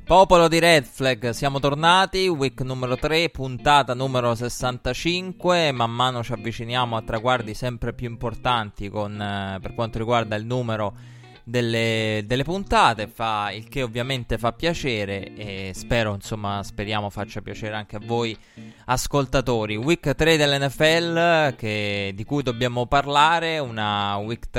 Popolo di Red Flag, siamo tornati, week numero 3, puntata numero 65, man mano ci avviciniamo a traguardi sempre più importanti per quanto riguarda il numero delle puntate, il che ovviamente fa piacere e speriamo faccia piacere anche a voi ascoltatori. Week 3 dell'NFL di cui dobbiamo parlare, una week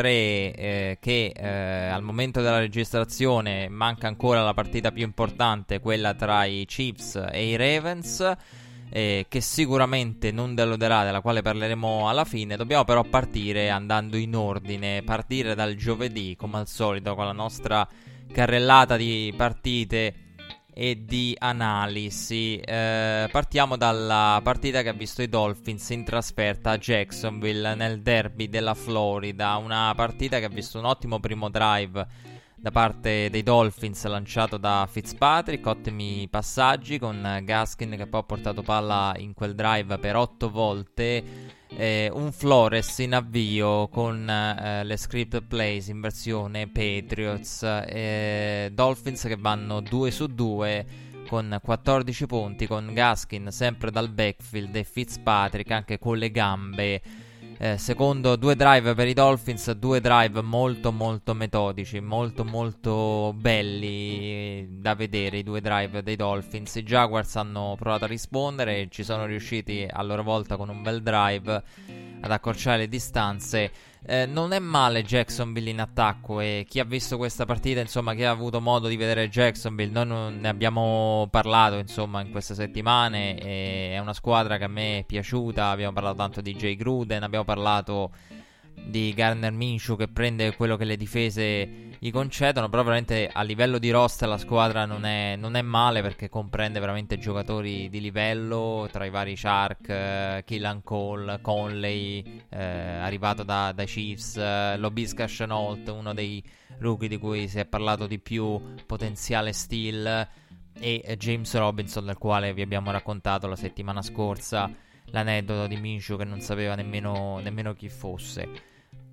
3 che al momento della registrazione manca ancora la partita più importante, quella tra i Chiefs e i Ravens, che sicuramente non deluderà, della quale parleremo alla fine. Dobbiamo però partire andando in ordine, partire dal giovedì come al solito con la nostra carrellata di partite e di analisi. Partiamo dalla partita che ha visto i Dolphins in trasferta a Jacksonville nel derby della Florida, una partita che ha visto un ottimo primo drive da parte dei Dolphins lanciato da Fitzpatrick, ottimi passaggi con Gaskin che poi ha portato palla in quel drive per 8 volte, un Flores in avvio con le script plays in versione Patriots, Dolphins che vanno 2 su 2 con 14 punti, con Gaskin sempre dal backfield e Fitzpatrick anche con le gambe. Secondo, 2 drive per i Dolphins, 2 drive molto molto metodici, molto molto belli da vedere, i 2 drive dei Dolphins. I Jaguars hanno provato a rispondere e ci sono riusciti a loro volta con un bel drive ad accorciare le distanze. Non è male Jacksonville in attacco, e chi ha visto questa partita, insomma, chi ha avuto modo di vedere Jacksonville, noi non ne abbiamo parlato insomma in queste settimane, è una squadra che a me è piaciuta. Abbiamo parlato tanto di Jay Gruden, abbiamo parlato di Gardner Minshew che prende quello che le difese gli concedono, però veramente a livello di roster la squadra non è male, perché comprende veramente giocatori di livello tra i vari Shark, Killan Cole, Conley, arrivato dai Chiefs, Laviska Shenault, uno dei rookie di cui si è parlato di più, potenziale steal, e James Robinson, del quale vi abbiamo raccontato la settimana scorsa l'aneddoto di Minshew che non sapeva nemmeno chi fosse.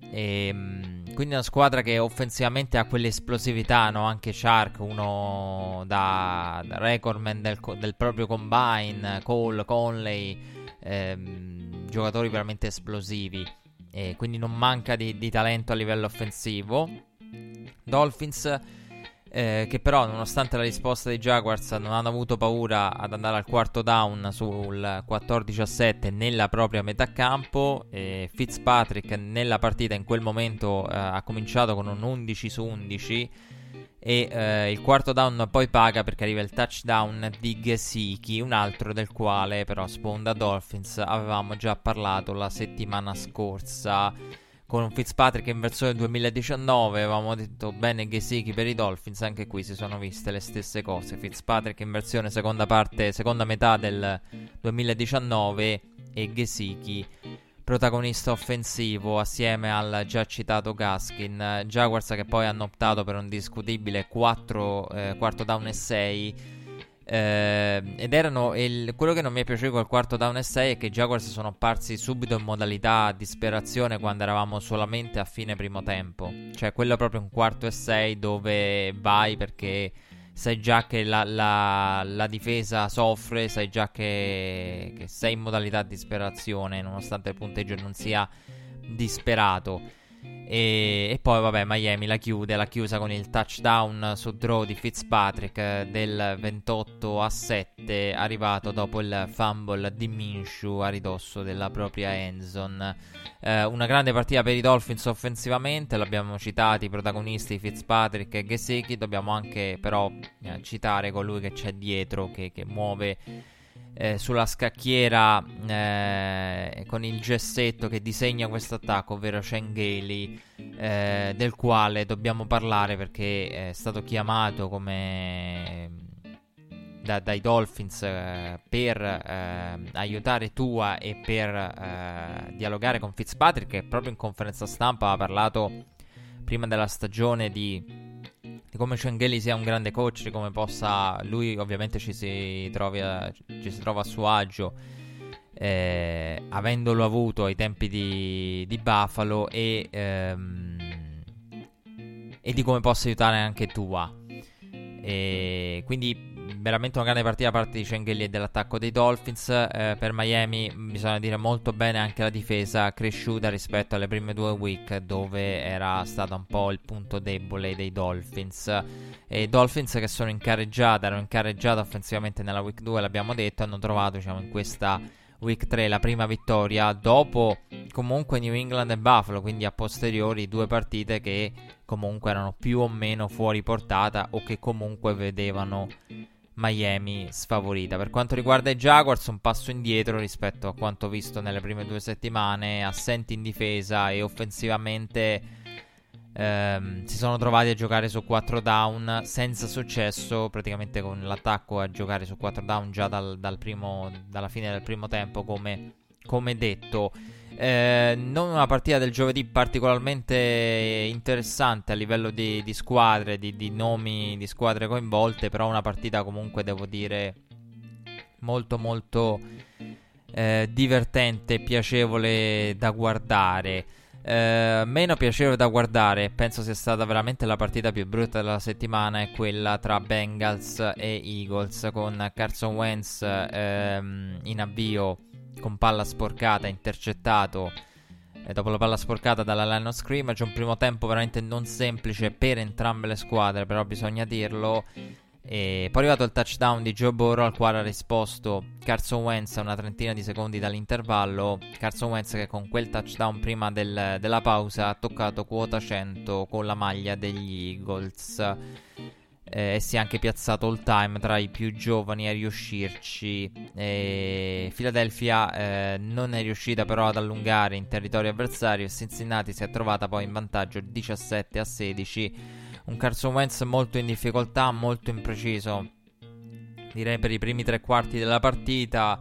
Quindi una squadra che offensivamente ha quell'esplosività, no? Anche Shark, uno da recordman del proprio combine, Cole, Conley, giocatori veramente esplosivi, e quindi non manca di talento a livello offensivo. Dolphins che però, nonostante la risposta dei Jaguars, non hanno avuto paura ad andare al quarto down sul 14-7 nella propria metà campo. Fitzpatrick nella partita in quel momento ha cominciato con un 11 su 11 e il quarto down poi paga, perché arriva il touchdown di Gesicki, un altro del quale però sponda Dolphins avevamo già parlato la settimana scorsa. Con un Fitzpatrick in versione 2019 avevamo detto bene Gesicki per i Dolphins, anche qui si sono viste le stesse cose. Fitzpatrick in versione seconda metà del 2019 e Gesicki protagonista offensivo assieme al già citato Gaskin. Jaguars che poi hanno optato per un discutibile quarto down e 6. Ed erano quello che non mi è piaciuto col quarto down e 6 è che i Jaguars sono apparsi subito in modalità disperazione quando eravamo solamente a fine primo tempo. Cioè quello proprio un quarto e 6 dove vai perché sai già che la difesa soffre, sai già che sei in modalità disperazione nonostante il punteggio non sia disperato. E poi vabbè, Miami l'ha chiusa con il touchdown su draw di Fitzpatrick del 28-7, arrivato dopo il fumble di Minshew a ridosso della propria end zone. Una grande partita per i Dolphins offensivamente, l'abbiamo citati i protagonisti Fitzpatrick e Gesicki. Dobbiamo anche però citare colui che c'è dietro, che muove sulla scacchiera con il gessetto che disegna questo attacco, ovvero Shane Gailey, del quale dobbiamo parlare perché è stato chiamato dai Dolphins per aiutare Tua e per dialogare con Fitzpatrick, che proprio in conferenza stampa ha parlato prima della stagione di come Shengeli sia un grande coach, di come possa lui ovviamente ci si trova a suo agio, avendolo avuto ai tempi di Buffalo, e di come possa aiutare anche Tua. quindi veramente una grande partita da parte di Cengeli e dell'attacco dei Dolphins. Per Miami bisogna dire molto bene anche la difesa, cresciuta rispetto alle prime 2 week, dove era stata un po' il punto debole dei Dolphins. E i Dolphins che erano incarreggiati offensivamente nella week 2, l'abbiamo detto, hanno trovato, diciamo, in questa week 3 la prima vittoria dopo comunque New England e Buffalo, quindi a posteriori 2 partite che comunque erano più o meno fuori portata o che comunque vedevano Miami sfavorita. Per quanto riguarda i Jaguars, un passo indietro rispetto a quanto visto nelle prime 2 settimane, assenti in difesa e offensivamente si sono trovati a giocare su 4 down senza successo, praticamente con l'attacco a giocare su 4 down già dalla fine del primo tempo, come detto. Non una partita del giovedì particolarmente interessante a livello di squadre, di nomi di squadre coinvolte, però una partita comunque, devo dire, molto molto divertente e piacevole da guardare. Meno piacevole da guardare, penso sia stata veramente la partita più brutta della settimana, è quella tra Bengals e Eagles, con Carson Wentz in avvio con palla sporcata, intercettato dopo la palla sporcata dalla line of scrimmage. Un primo tempo veramente non semplice per entrambe le squadre, però bisogna dirlo. E poi è arrivato il touchdown di Joe Burrow, al quale ha risposto Carson Wentz a una trentina di secondi dall'intervallo. Carson Wentz che con quel touchdown prima della pausa ha toccato quota 100 con la maglia degli Eagles, e si è anche piazzato all time tra i più giovani a riuscirci. Philadelphia non è riuscita però ad allungare in territorio avversario e Cincinnati si è trovata poi in vantaggio 17-16. Un Carson Wentz molto in difficoltà, molto impreciso, direi, per i primi 3 quarti della partita.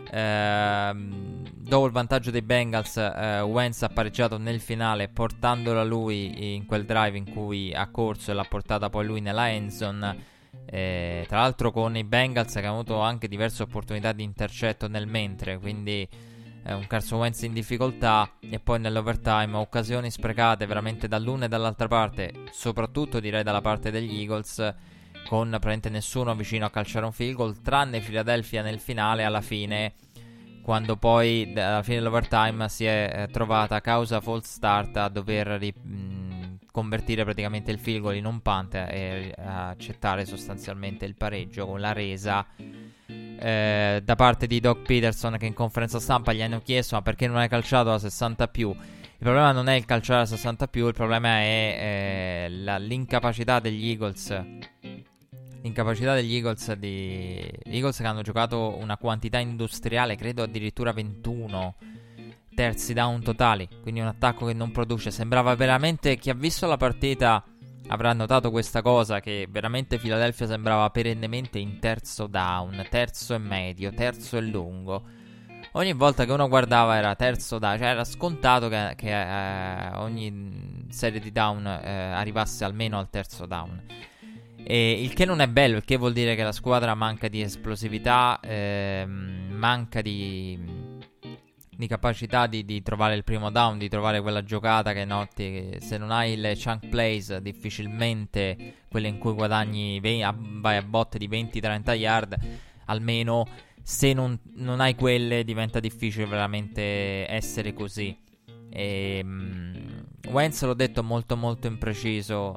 Dopo il vantaggio dei Bengals, Wentz ha pareggiato nel finale, portandola lui in quel drive in cui ha corso e l'ha portata poi lui nella endzone. Tra l'altro con i Bengals che hanno avuto anche diverse opportunità di intercetto nel mentre, quindi un Carson Wentz in difficoltà. E poi nell'overtime occasioni sprecate veramente dall'una e dall'altra parte, soprattutto direi dalla parte degli Eagles, con praticamente nessuno vicino a calciare un field goal, tranne Philadelphia nel finale, alla fine, quando poi alla fine dell'overtime si è trovata a causa false start a dover convertire praticamente il field goal in un punt e accettare sostanzialmente il pareggio con la resa da parte di Doug Peterson, che in conferenza stampa gli hanno chiesto: ma perché non hai calciato la 60 più? Il problema non è il calciare la 60 più, il problema è l'incapacità degli Eagles. L'incapacità degli Eagles che hanno giocato una quantità industriale, credo addirittura 21 terzi down totali, quindi un attacco che non produce. Sembrava veramente, chi ha visto la partita avrà notato questa cosa, che veramente Philadelphia sembrava perennemente in terzo down, terzo e medio, terzo e lungo. Ogni volta che uno guardava era terzo down, cioè era scontato che ogni serie di down arrivasse almeno al terzo down. Il che non è bello, il che vuol dire che la squadra manca di esplosività, manca di capacità di trovare il primo down, di trovare quella giocata che noti. Se non hai le chunk plays, difficilmente quelle in cui guadagni vai a botte di 20-30 yard, almeno se non hai quelle diventa difficile veramente essere così. Wentz, l'ho detto, molto molto impreciso,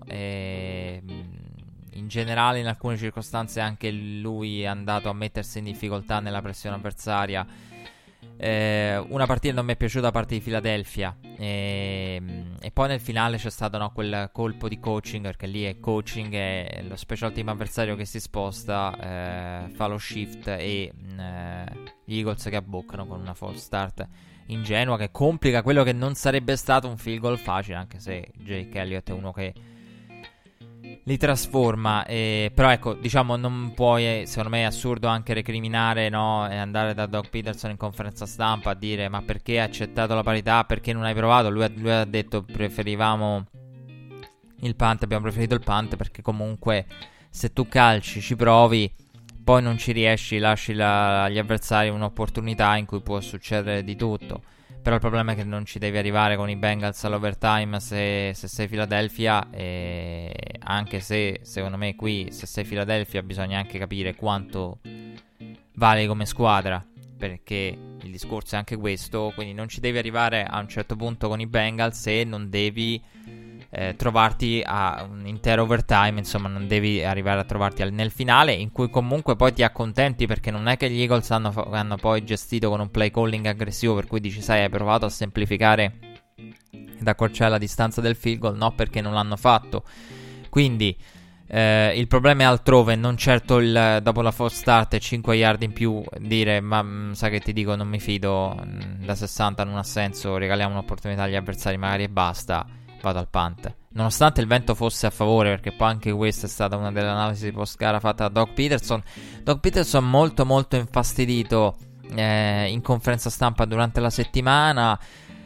in generale in alcune circostanze anche lui è andato a mettersi in difficoltà nella pressione avversaria. Una partita che non mi è piaciuta da parte di Philadelphia, e poi nel finale c'è stato quel colpo di coaching, perché lì è coaching, è lo special team avversario che si sposta, fa lo shift, e gli Eagles che abboccano con una false start ingenua che complica quello che non sarebbe stato un field goal facile, anche se Jake Elliott è uno che li trasforma. Però ecco, diciamo, non puoi, secondo me è assurdo anche recriminare, no, e andare da Doug Peterson in conferenza stampa a dire: ma perché hai accettato la parità, perché non hai provato? Lui ha detto: preferivamo il punt, abbiamo preferito il punt perché comunque se tu calci, ci provi, poi non ci riesci, lasci agli avversari un'opportunità in cui può succedere di tutto. Però il problema è che non ci devi arrivare con i Bengals all'overtime se sei Philadelphia, e anche se secondo me qui, se sei Philadelphia, bisogna anche capire quanto vale come squadra, perché il discorso è anche questo. Quindi non ci devi arrivare a un certo punto con i Bengals e non devi trovarti a un intero overtime, insomma non devi arrivare a trovarti nel finale, in cui comunque poi ti accontenti, perché non è che gli Eagles hanno poi gestito con un play calling aggressivo, per cui dici, sai, hai provato a semplificare ed accorciare la distanza del field goal. No, perché non l'hanno fatto. Quindi il problema è altrove, non certo dopo la false start e 5 yard in più dire, ma sai che ti dico, non mi fido, da 60 non ha senso, regaliamo un'opportunità agli avversari magari e basta, vado al punt. Nonostante il vento fosse a favore, perché poi anche questa è stata una delle analisi post gara fatta da Doug Peterson molto molto infastidito in conferenza stampa durante la settimana,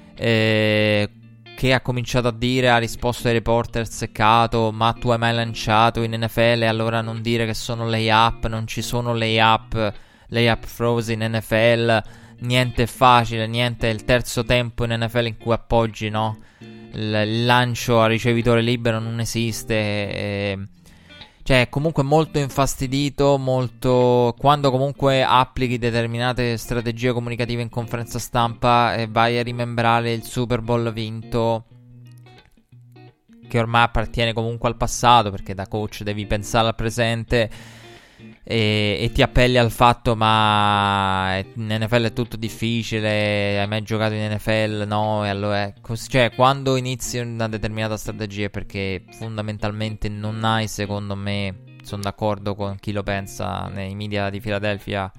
che ha cominciato a dire, ha risposto ai reporter seccato, ma tu hai mai lanciato in NFL, allora non dire che sono layup, non ci sono layup throws in NFL, niente è facile, niente è il terzo tempo in NFL in cui appoggi, no? Il lancio a ricevitore libero non esiste, cioè è comunque molto infastidito, molto, quando comunque applichi determinate strategie comunicative in conferenza stampa e vai a rimembrare il Super Bowl vinto, che ormai appartiene comunque al passato, perché da coach devi pensare al presente, e ti appelli al fatto, ma in NFL è tutto difficile, hai mai giocato in NFL? No, e allora cioè quando inizi una determinata strategia è perché fondamentalmente non hai, secondo me, sono d'accordo con chi lo pensa nei media di Philadelphia,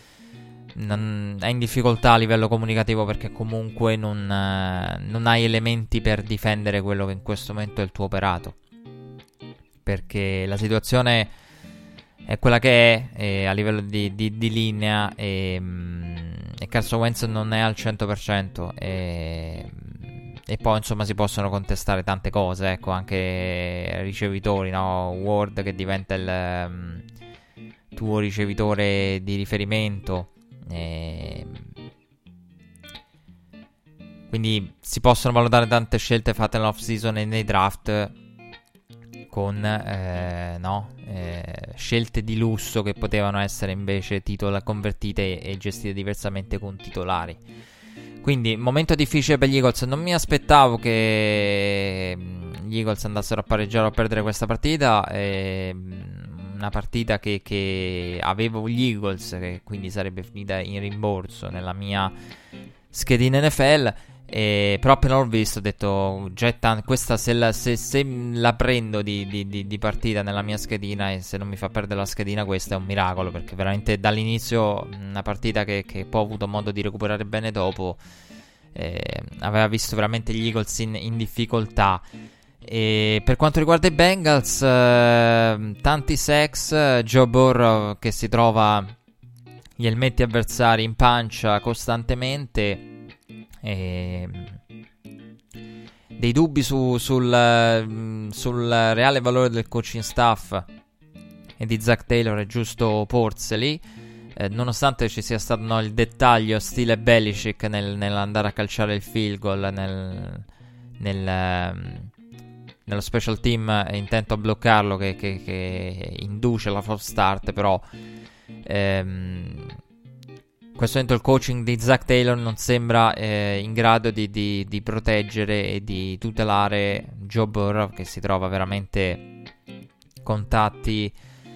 è in difficoltà a livello comunicativo, perché comunque non hai elementi per difendere quello che in questo momento è il tuo operato, perché la situazione è quella che è, a livello di linea, e Carson Wentz non è al 100%, e poi insomma si possono contestare tante cose, ecco, anche ricevitori, no? Ward che diventa il tuo ricevitore di riferimento, quindi si possono valutare tante scelte fatte nell'off season e nei draft, con scelte di lusso che potevano essere invece convertite e gestite diversamente con titolari. Quindi momento difficile per gli Eagles. Non mi aspettavo che gli Eagles andassero a pareggiare o a perdere questa partita, una partita che avevo gli Eagles, che quindi sarebbe finita in rimborso nella mia schedina NFL. Però appena l'ho visto ho detto, questa se la prendo di partita nella mia schedina, e se non mi fa perdere la schedina, questa è un miracolo, perché veramente dall'inizio una partita che poi ho avuto modo di recuperare bene dopo, aveva visto veramente gli Eagles in difficoltà. E per quanto riguarda i Bengals, tanti sacks, Joe Burrow che si trova gli elmetti avversari in pancia costantemente, dei dubbi sul reale valore del coaching staff e di Zach Taylor, è giusto porseli, nonostante ci sia stato il dettaglio stile Belichick nell'andare a calciare il field goal nello special team intento a bloccarlo, che induce la false start. Però in questo momento il coaching di Zach Taylor non sembra in grado di proteggere e di tutelare Joe Burrow, che si trova veramente contatti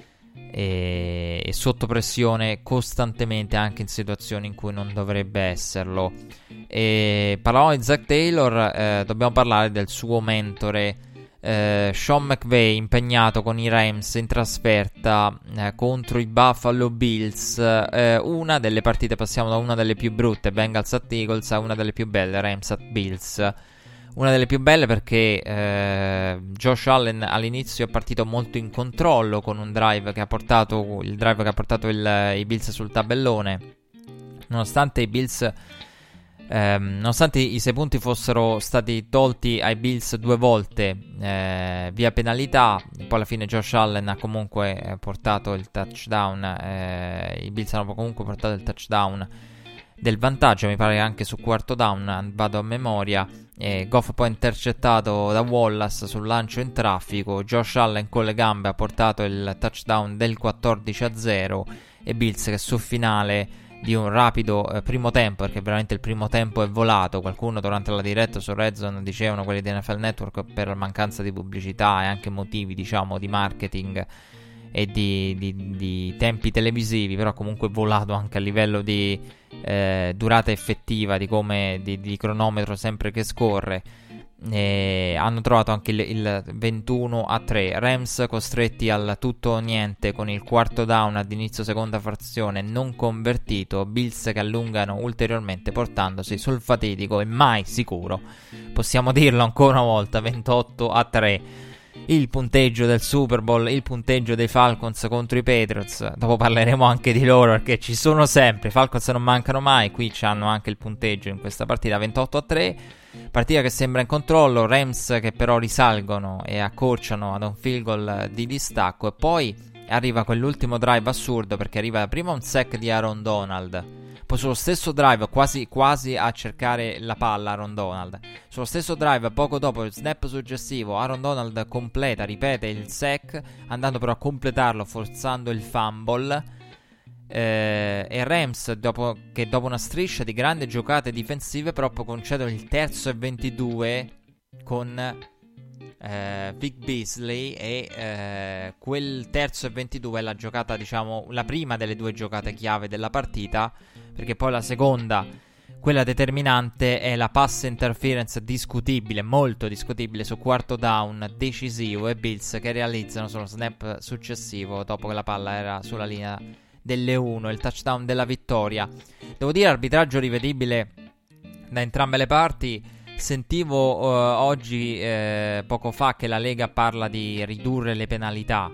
e sotto pressione costantemente, anche in situazioni in cui non dovrebbe esserlo. E parlando di Zach Taylor, dobbiamo parlare del suo mentore, Sean McVay, impegnato con i Rams in trasferta contro i Buffalo Bills, una delle partite, passiamo da una delle più brutte, Bengals at Eagles, a una delle più belle, Rams at Bills. Una delle più belle perché Josh Allen all'inizio è partito molto in controllo, con un drive che ha portato i Bills sul tabellone, nonostante i Bills nonostante i 6 punti fossero stati tolti ai Bills 2 volte via penalità. Poi alla fine Josh Allen ha comunque portato il touchdown, i Bills hanno comunque portato il touchdown del vantaggio, mi pare anche su quarto down, vado a memoria. Goff poi intercettato da Wallace sul lancio in traffico. Josh Allen con le gambe ha portato il touchdown del 14-0 e Bills che sul finale di un rapido primo tempo, perché veramente il primo tempo è volato. Qualcuno durante la diretta su Red Zone dicevano, quelli di NFL Network, per mancanza di pubblicità e anche motivi diciamo di marketing e di tempi televisivi, però comunque volato anche a livello di durata effettiva, di come di cronometro sempre che scorre. Hanno trovato anche il 21-3. Rams costretti al tutto o niente con il quarto down ad inizio seconda frazione non convertito. Bills che allungano ulteriormente portandosi sul fatidico e mai sicuro, possiamo dirlo ancora una volta, 28-3. Il punteggio del Super Bowl, il punteggio dei Falcons contro i Patriots. Dopo parleremo anche di loro, perché ci sono sempre, i Falcons non mancano mai. Qui hanno anche il punteggio in questa partita, 28-3. Partita che sembra in controllo, Rams che però risalgono e accorciano ad un field goal di distacco. E poi arriva quell'ultimo drive assurdo, perché arriva prima un sack di Aaron Donald, poi sullo stesso drive quasi a cercare la palla Aaron Donald. Sullo stesso drive, poco dopo il snap successivo, Aaron Donald ripete il sack, andando però a completarlo forzando il fumble. E Rams, dopo una striscia di grandi giocate difensive, però concedono il terzo e 22 con Vic Beasley. E quel terzo e 22 è la giocata, diciamo, la prima delle due giocate chiave della partita, perché poi la seconda, quella determinante, è la pass interference discutibile, molto discutibile, su quarto down decisivo, e Bills che realizzano sullo snap successivo, dopo che la palla era sulla linea delle 1, il touchdown della vittoria. Devo dire, arbitraggio rivedibile da entrambe le parti. Sentivo oggi, poco fa, che la Lega parla di ridurre le penalità,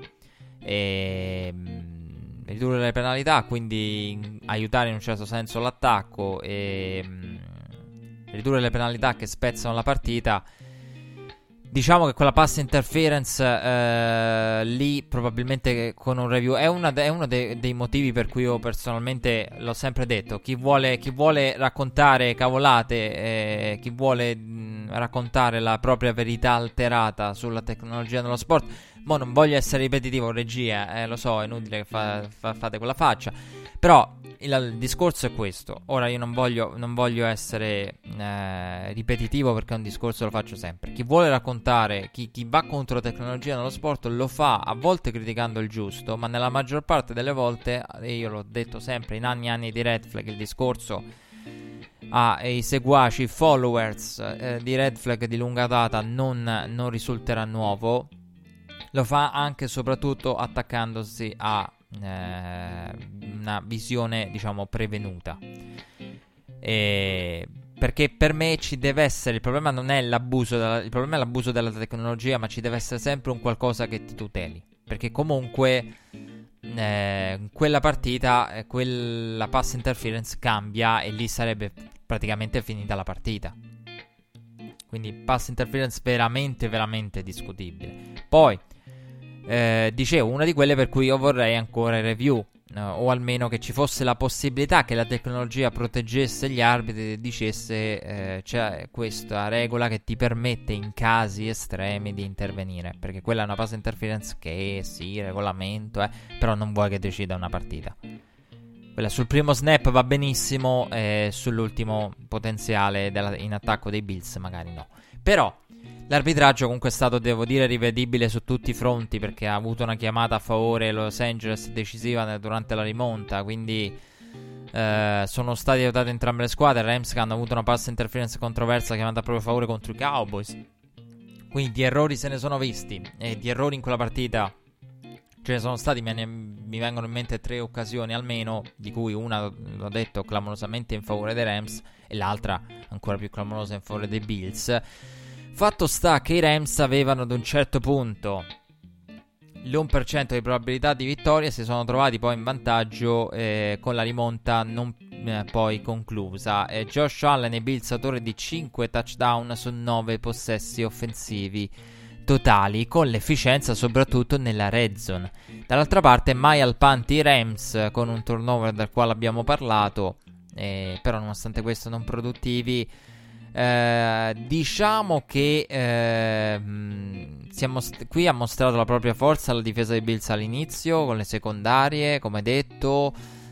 quindi aiutare in un certo senso l'attacco e ridurre le penalità che spezzano la partita. Diciamo che quella pass interference lì probabilmente con un review è uno dei motivi per cui io personalmente l'ho sempre detto: chi vuole raccontare cavolate, chi vuole raccontare la propria verità alterata sulla tecnologia nello sport. Mo non voglio essere ripetitivo, regia, lo so, è inutile che fate quella faccia, però il discorso è questo. Ora io non voglio essere ripetitivo, perché è un discorso, lo faccio sempre. Chi vuole raccontare, chi va contro la tecnologia nello sport lo fa, a volte criticando il giusto, ma nella maggior parte delle volte, e io l'ho detto sempre in anni e anni di Red Flag, il discorso ai seguaci, i followers di Red Flag di lunga data non risulterà nuovo. Lo fa anche e soprattutto attaccandosi a una visione, diciamo, prevenuta. Perché per me ci deve essere, il problema non è l'abuso il problema è l'abuso della tecnologia, ma ci deve essere sempre un qualcosa che ti tuteli, perché comunque quella partita, quella pass interference cambia e lì sarebbe praticamente finita la partita. Quindi pass interference veramente veramente discutibile. Poi dicevo, una di quelle per cui io vorrei ancora il review, o almeno che ci fosse la possibilità che la tecnologia proteggesse gli arbitri e dicesse c'è questa regola che ti permette in casi estremi di intervenire, perché quella è una pass interference che sì, regolamento, però non vuoi che decida una partita. Quella sul primo snap va benissimo, sull'ultimo potenziale in attacco dei Bills magari no. Però l'arbitraggio comunque è stato, devo dire, rivedibile su tutti i fronti, perché ha avuto una chiamata a favore Los Angeles decisiva durante la rimonta, quindi sono stati aiutati entrambe le squadre. Rams che hanno avuto una pass interference controversa chiamata proprio a favore contro i Cowboys, quindi di errori se ne sono visti, e di errori in quella partita ce ne sono stati. Mi vengono in mente 3 occasioni almeno, di cui una, l'ho detto, clamorosamente in favore dei Rams e l'altra ancora più clamorosa in favore dei Bills. Fatto sta che i Rams avevano ad un certo punto l'1% di probabilità di vittoria, si sono trovati poi in vantaggio con la rimonta non poi conclusa. Josh Allen e Bills autore di 5 touchdown su 9 possessi offensivi totali, con l'efficienza soprattutto nella red zone. Dall'altra parte mai al punt i Rams con un turnover del quale abbiamo parlato, però nonostante questo non produttivi. Diciamo che qui ha mostrato la propria forza la difesa dei Bills all'inizio con le secondarie, come detto.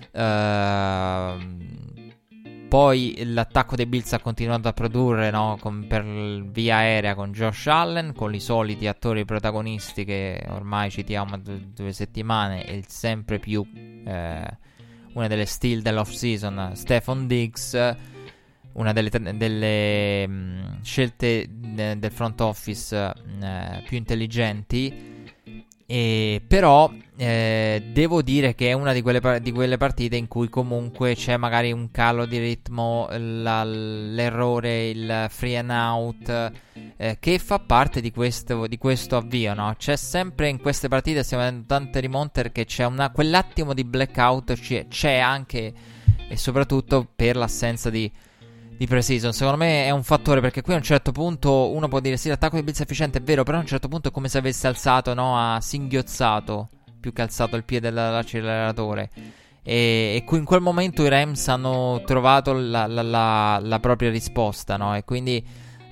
Poi l'attacco dei Bills ha continuato a produrre, no, per via aerea con Josh Allen, con i soliti attori protagonisti che ormai citiamo da 2 settimane, e il sempre più una delle steal dell'off season, Stephon Diggs, una delle scelte del front office più intelligenti. Però devo dire che è una di quelle partite in cui comunque c'è magari un calo di ritmo, l'errore, il free and out, che fa parte di questo avvio, no? C'è sempre in queste partite, stiamo vedendo tante rimonte, perché c'è quell'attimo di blackout, c'è anche e soprattutto per l'assenza di pre-season. Secondo me è un fattore, perché qui a un certo punto uno può dire sì, l'attacco di Bills è efficiente, è vero, però a un certo punto è come se avesse alzato, no, ha singhiozzato più che alzato il piede dall'acceleratore, e in quel momento i Rams hanno trovato la propria risposta, no? E quindi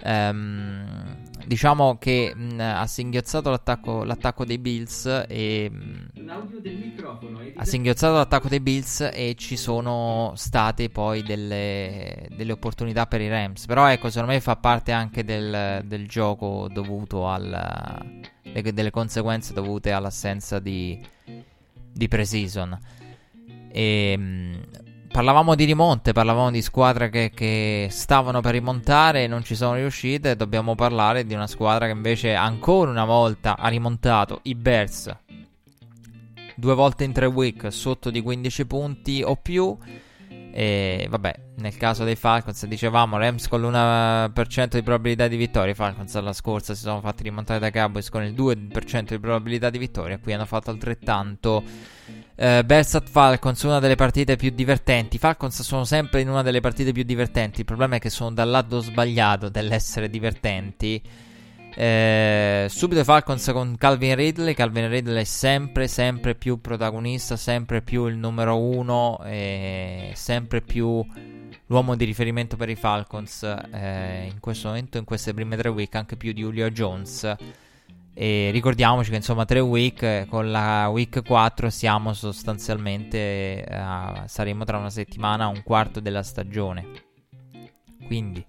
diciamo che ha singhiozzato l'attacco dei Bills, l'audio del microfono ha singhiozzato l'attacco dei Bills, e ci sono state poi delle opportunità per i Rams. Però ecco, secondo me fa parte anche del gioco dovuto delle conseguenze dovute all'assenza di pre-season. Parlavamo di rimonte, parlavamo di squadre che stavano per rimontare e non ci sono riuscite. Dobbiamo parlare di una squadra che invece ancora una volta ha rimontato, i Bears. 2 volte in 3 week sotto di 15 punti o più. E vabbè, nel caso dei Falcons, dicevamo, Rams con l'1% di probabilità di vittoria. I Falcons alla scorsa si sono fatti rimontare da Cowboys con il 2% di probabilità di vittoria. Qui hanno fatto altrettanto. Bears at Falcons, una delle partite più divertenti. I Falcons sono sempre in una delle partite più divertenti. Il problema è che sono dal lato sbagliato dell'essere divertenti. Subito i Falcons con Calvin Ridley. Calvin Ridley è sempre più protagonista, sempre più il numero 1, sempre più l'uomo di riferimento per i Falcons in questo momento, in queste prime 3 week, anche più di Julio Jones. E ricordiamoci che insomma 3 week, con la week 4 siamo sostanzialmente saremo tra una settimana a un quarto della stagione. Quindi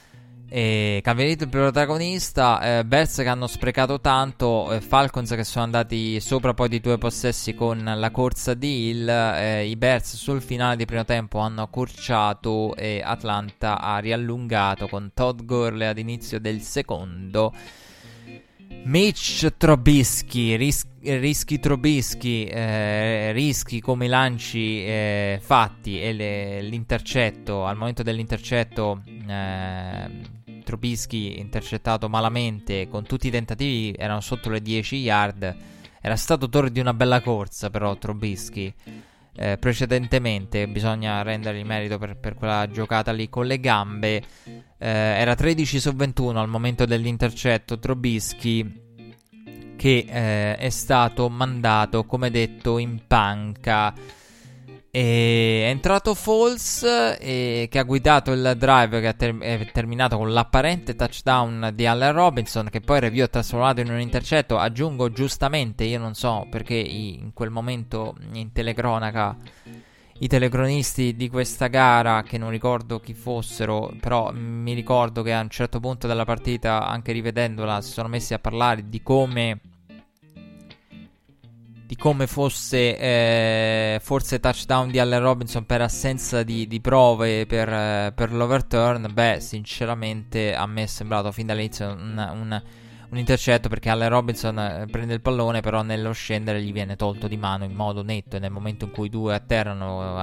Calvin il protagonista, Bears che hanno sprecato tanto, Falcons che sono andati sopra poi di 2 possessi con la corsa di Hill. I Bears sul finale di primo tempo hanno accorciato e Atlanta ha riallungato con Todd Gurley ad inizio del secondo. Mitch Trubisky, rischi Trubisky, rischi come i lanci fatti e l'intercetto. Al momento dell'intercetto Trubisky intercettato malamente, con tutti i tentativi erano sotto le 10 yard. Era stato autore di una bella corsa però Trubisky precedentemente, bisogna rendergli merito per quella giocata lì con le gambe. Era 13 su 21 al momento dell'intercetto Trubisky, che è stato mandato, come detto, in panca. È entrato Foles, che ha guidato il drive che è terminato con l'apparente touchdown di Allen Robinson, che poi Review ha trasformato in un intercetto. Aggiungo giustamente, io non so perché in quel momento in telecronaca i telecronisti di questa gara, che non ricordo chi fossero, però mi ricordo che a un certo punto della partita, anche rivedendola, si sono messi a parlare di come fosse forse touchdown di Allen Robinson per assenza di prove per l'overturn. Beh, sinceramente a me è sembrato fin dall'inizio un intercetto, perché Allen Robinson prende il pallone, però nello scendere gli viene tolto di mano in modo netto, e nel momento in cui 2 atterrano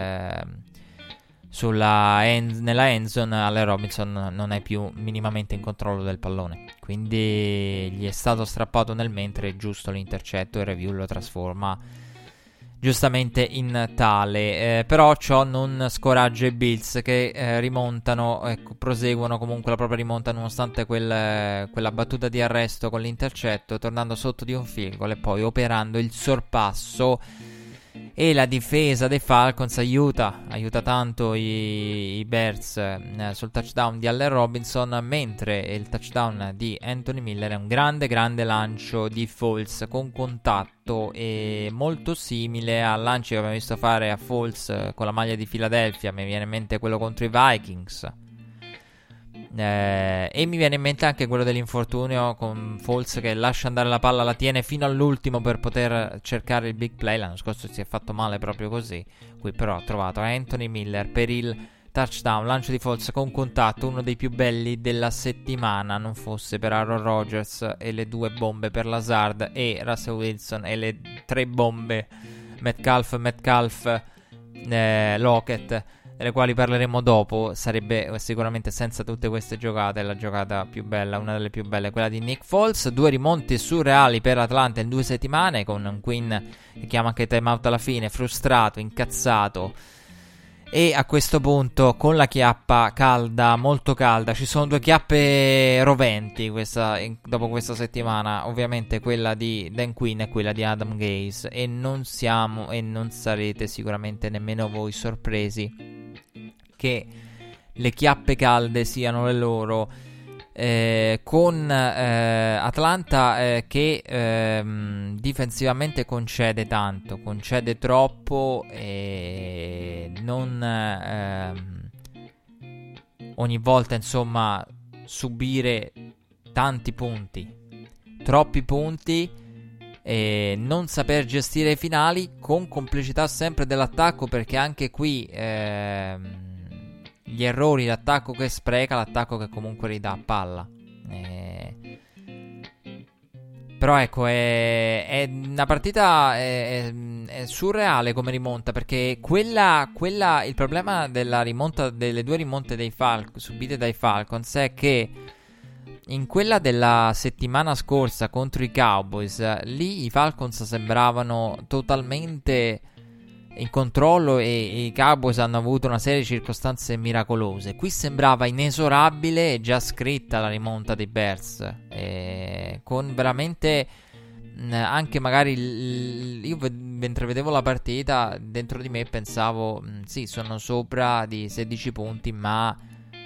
nella endzone, Allen Robinson non è più minimamente in controllo del pallone, quindi gli è stato strappato nel mentre. È giusto l'intercetto, e Review lo trasforma giustamente in tale. Però ciò non scoraggia i Bills, che rimontano, proseguono comunque la propria rimonta, nonostante quella battuta di arresto con l'intercetto, tornando sotto di un field goal e poi operando il sorpasso. e la difesa dei Falcons aiuta tanto i Bears sul touchdown di Allen Robinson, mentre il touchdown di Anthony Miller è un grande lancio di Foles con contatto, e molto simile al lancio che abbiamo visto fare a Foles con la maglia di Philadelphia. Mi viene in mente quello contro i Vikings, e mi viene in mente anche quello dell'infortunio con Foles che lascia andare la palla, la tiene fino all'ultimo per poter cercare il big play. L'anno scorso si è fatto male proprio così. Qui però ha trovato Anthony Miller per il touchdown, lancio di Foles con contatto, uno dei più belli della settimana, non fosse per Aaron Rodgers e le 2 bombe per Lazard e Russell Wilson e le 3 bombe Metcalf, Lockett, delle quali parleremo dopo. Sarebbe sicuramente, senza tutte queste giocate, la giocata più bella, una delle più belle, quella di Nick Foles. 2 rimonti surreali per Atlanta in 2 settimane, con un Quinn che chiama anche timeout alla fine, frustrato, incazzato, e a questo punto con la chiappa calda, molto calda. Ci sono 2 chiappe roventi dopo questa settimana, ovviamente quella di Dan Quinn e quella di Adam Gase, e non siamo e non sarete sicuramente nemmeno voi sorpresi che le chiappe calde siano le loro, con Atlanta che difensivamente concede tanto, concede troppo, e non ogni volta insomma subire tanti punti, troppi punti, e non saper gestire i finali, con complicità sempre dell'attacco, perché anche qui gli errori, l'attacco che spreca, l'attacco che comunque ridà palla. Però ecco, è una partita è surreale come rimonta, perché il problema della rimonta, delle 2 rimonte subite dai Falcons, è che in quella della settimana scorsa contro i Cowboys, lì i Falcons sembravano totalmente in controllo e i Cowboys hanno avuto una serie di circostanze miracolose. Qui sembrava inesorabile e già scritta la rimonta dei Bears, con veramente anche magari io mentre vedevo la partita dentro di me pensavo sì, sono sopra di 16 punti, ma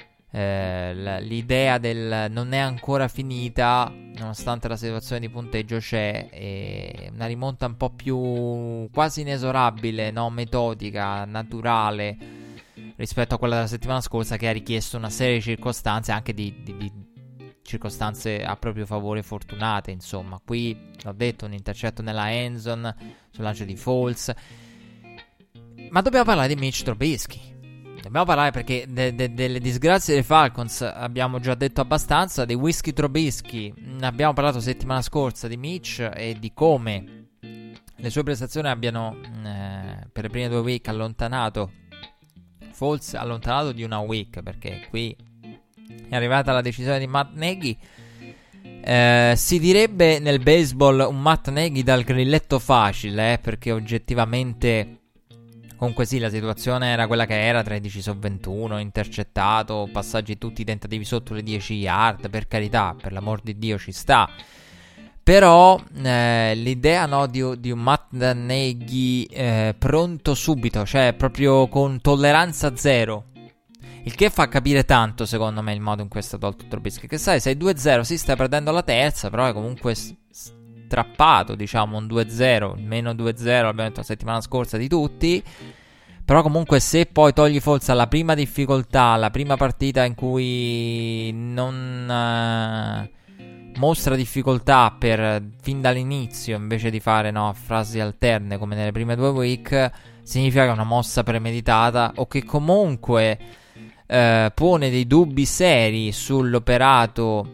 l'idea del non è ancora finita nonostante la situazione di punteggio c'è, e una rimonta un po' più quasi inesorabile, no? Metodica, naturale rispetto a quella della settimana scorsa, che ha richiesto una serie di circostanze, anche di circostanze a proprio favore fortunate. Insomma, qui l'ho detto, un intercetto nella end zone sul lancio di Foles. Ma dobbiamo parlare di Mitch Trubisky. Dobbiamo parlare perché delle disgrazie dei Falcons abbiamo già detto abbastanza. Dei whisky Trubisky abbiamo parlato settimana scorsa, di Mitch e di come le sue prestazioni abbiano per le prime 2 week allontanato Foles, allontanato di una week, perché qui è arrivata la decisione di Matt Nagy. Si direbbe nel baseball un Matt Nagy dal grilletto facile, perché oggettivamente comunque sì, la situazione era quella che era, 13 su 21, intercettato, passaggi tutti i tentativi sotto le 10 yard, per carità, per l'amor di Dio ci sta. Però l'idea, no, di un Matt Nagy pronto subito, cioè proprio con tolleranza zero, il che fa capire tanto secondo me il modo in cui è stato tolto Trubisky, che sai, sei 2-0, sì, stai perdendo la terza, però è comunque strappato, diciamo, un 2-0, meno 2-0 l'abbiamo detto la settimana scorsa di tutti. Però comunque se poi togli Foles alla prima difficoltà, la prima partita in cui non mostra difficoltà fin dall'inizio, invece di fare frasi alterne come nelle prime 2 week, significa che è una mossa premeditata, o che comunque pone dei dubbi seri sull'operato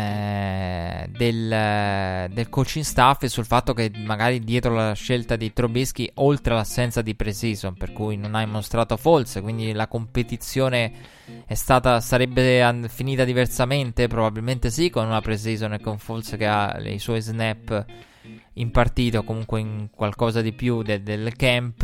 del coaching staff, e sul fatto che magari dietro la scelta di Trubisky, oltre all'assenza di pre-season, per cui non hai mostrato Foles, quindi la competizione sarebbe finita diversamente, probabilmente sì, con una pre-season e con Foles che ha i suoi snap in partita, o comunque in qualcosa di più del camp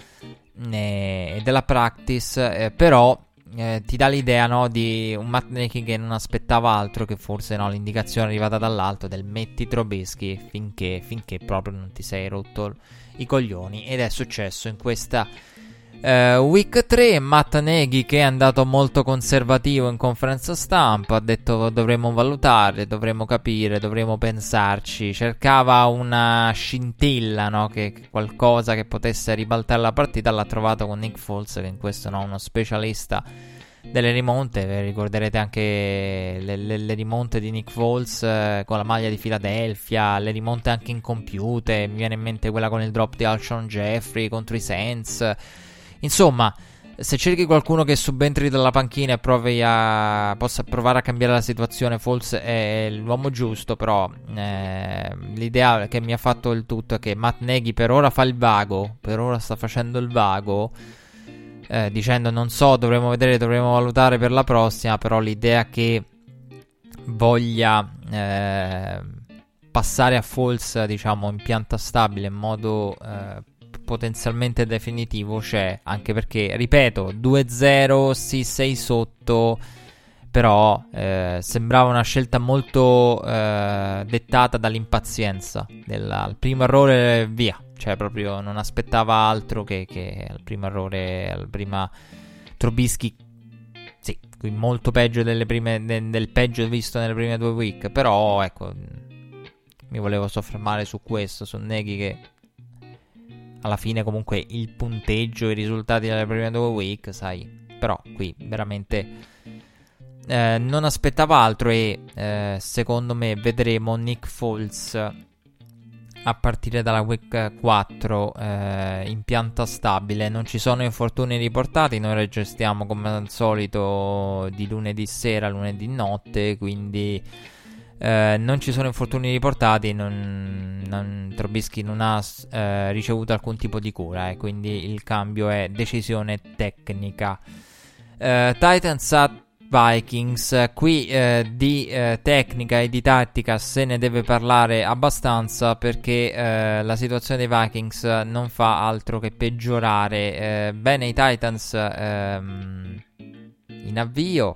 e della practice, però ti dà l'idea, no, di un Matt Nagy che non aspettava altro che forse l'indicazione arrivata dall'alto del metti Trubisky finché proprio non ti sei rotto i coglioni, ed è successo in questa week 3. Matt Nagy, che è andato molto conservativo in conferenza stampa, ha detto dovremmo valutare, dovremmo capire, dovremmo pensarci. Cercava una scintilla, no? Che qualcosa che potesse ribaltare la partita. L'ha trovato con Nick Foles, che in questo è uno specialista delle rimonte. Ricorderete anche le rimonte di Nick Foles con la maglia di Philadelphia, le rimonte anche incompiute. Mi viene in mente quella con il drop di Alshon Jeffrey contro i Saints. Insomma, se cerchi qualcuno che subentri dalla panchina e possa provare a cambiare la situazione, Foles è l'uomo giusto. Però l'idea che mi ha fatto il tutto è che Matt Nagy per ora fa il vago, per ora sta facendo il vago, dicendo non so, dovremo vedere, dovremo valutare per la prossima. Però l'idea che voglia passare a Foles, diciamo, in pianta stabile in modo potenzialmente definitivo c'è, anche perché, ripeto, 2-0, sì, 6 sotto, però sembrava una scelta molto dettata dall'impazienza. Al primo errore via, cioè proprio non aspettava altro che al primo errore, al prima Trubisky, sì, qui molto peggio del peggio visto nelle prime 2 week. Però ecco, mi volevo soffermare su questo, su Nagy, che alla fine comunque il punteggio, i risultati delle prime 2 week, sai, però qui veramente non aspettava altro. E secondo me vedremo Nick Foles a partire dalla week 4 in pianta stabile. Non ci sono infortuni riportati, noi registriamo come al solito di lunedì sera, lunedì notte, quindi non ci sono infortuni riportati. Trubisky non ha ricevuto alcun tipo di cura, quindi il cambio è decisione tecnica. Titans at Vikings. Qui di tecnica e di tattica se ne deve parlare abbastanza, perché la situazione dei Vikings non fa altro che peggiorare. Bene i Titans in avvio,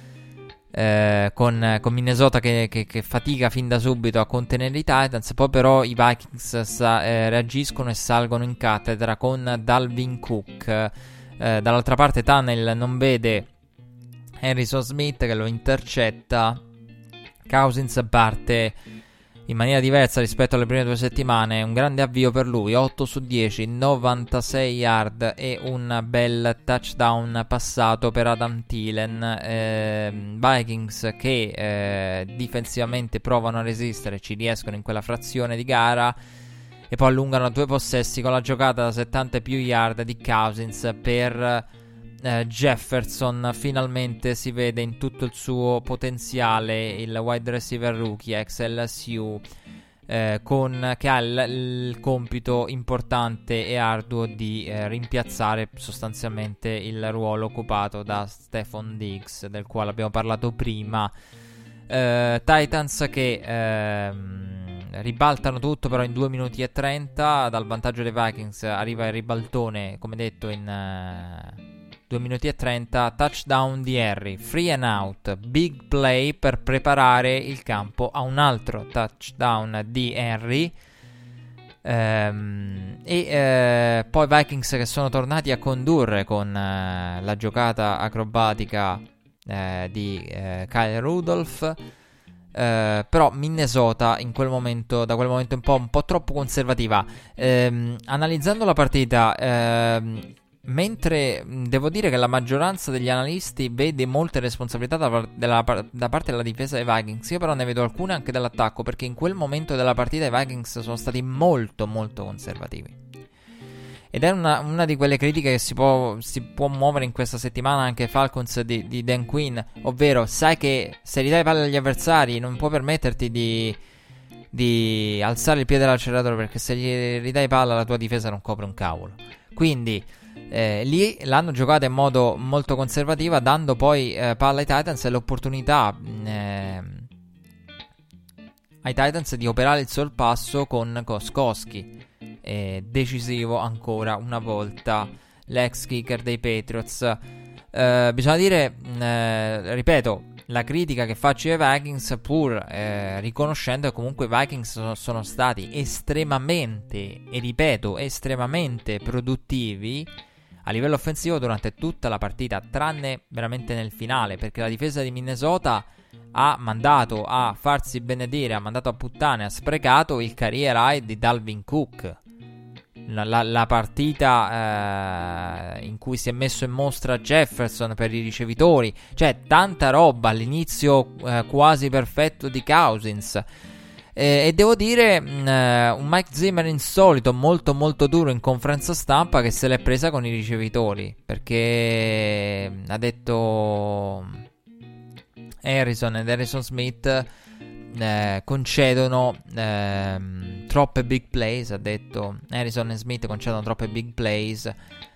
con Minnesota che fatica fin da subito a contenere i Titans. Poi però i Vikings reagiscono e salgono in cattedra con Dalvin Cook. Dall'altra parte Tunnel non vede Harrison Smith, che lo intercetta. Cousins parte in maniera diversa rispetto alle prime 2 settimane. Un grande avvio per lui, 8 su 10, 96 yard e un bel touchdown passato per Adam Thielen. Vikings che difensivamente provano a resistere, ci riescono in quella frazione di gara, e poi allungano a 2 possessi con la giocata da 70 e più yard di Cousins per Jefferson. Finalmente si vede in tutto il suo potenziale il wide receiver rookie ex LSU, che ha il compito importante e arduo di rimpiazzare sostanzialmente il ruolo occupato da Stephon Diggs, del quale abbiamo parlato prima. Titans che ribaltano tutto però in 2 minuti e 30 dal vantaggio dei Vikings. Arriva il ribaltone, come detto, in 2 minuti e 30, touchdown di Henry, free and out, big play per preparare il campo a un altro touchdown di Henry. Poi Vikings che sono tornati a condurre con la giocata acrobatica di Kyle Rudolph. Però Minnesota da quel momento un po' troppo conservativa. Analizzando la partita, mentre devo dire che la maggioranza degli analisti vede molte responsabilità da parte della difesa dei Vikings, io però ne vedo alcune anche dall'attacco, perché in quel momento della partita i Vikings sono stati molto molto conservativi. Ed è una di quelle critiche che si può muovere in questa settimana anche Falcons di Dan Quinn, ovvero sai che se ridai palle agli avversari non puoi permetterti di alzare il piede dall'acceleratore, perché se gli ridai palla la tua difesa non copre un cavolo. Quindi lì l'hanno giocata in modo molto conservativa, dando poi palla ai Titans e l'opportunità ai Titans di operare il sorpasso con Gostkowski. Decisivo ancora una volta l'ex kicker dei Patriots. Bisogna dire, ripeto, la critica che faccio ai Vikings, pur riconoscendo che comunque i Vikings sono stati estremamente, e ripeto, estremamente produttivi a livello offensivo durante tutta la partita, tranne veramente nel finale, perché la difesa di Minnesota ha mandato a farsi benedire, ha mandato a puttane, ha sprecato il career high di Dalvin Cook. La partita in cui si è messo in mostra Jefferson per i ricevitori, cioè tanta roba, all'inizio quasi perfetto di Cousins. E devo dire un Mike Zimmer insolito, molto molto duro in conferenza stampa, che se l'è presa con i ricevitori, perché ha detto Harrison ed Harrison Smith concedono troppe big plays. Ha detto Harrison e Smith concedono troppe big plays,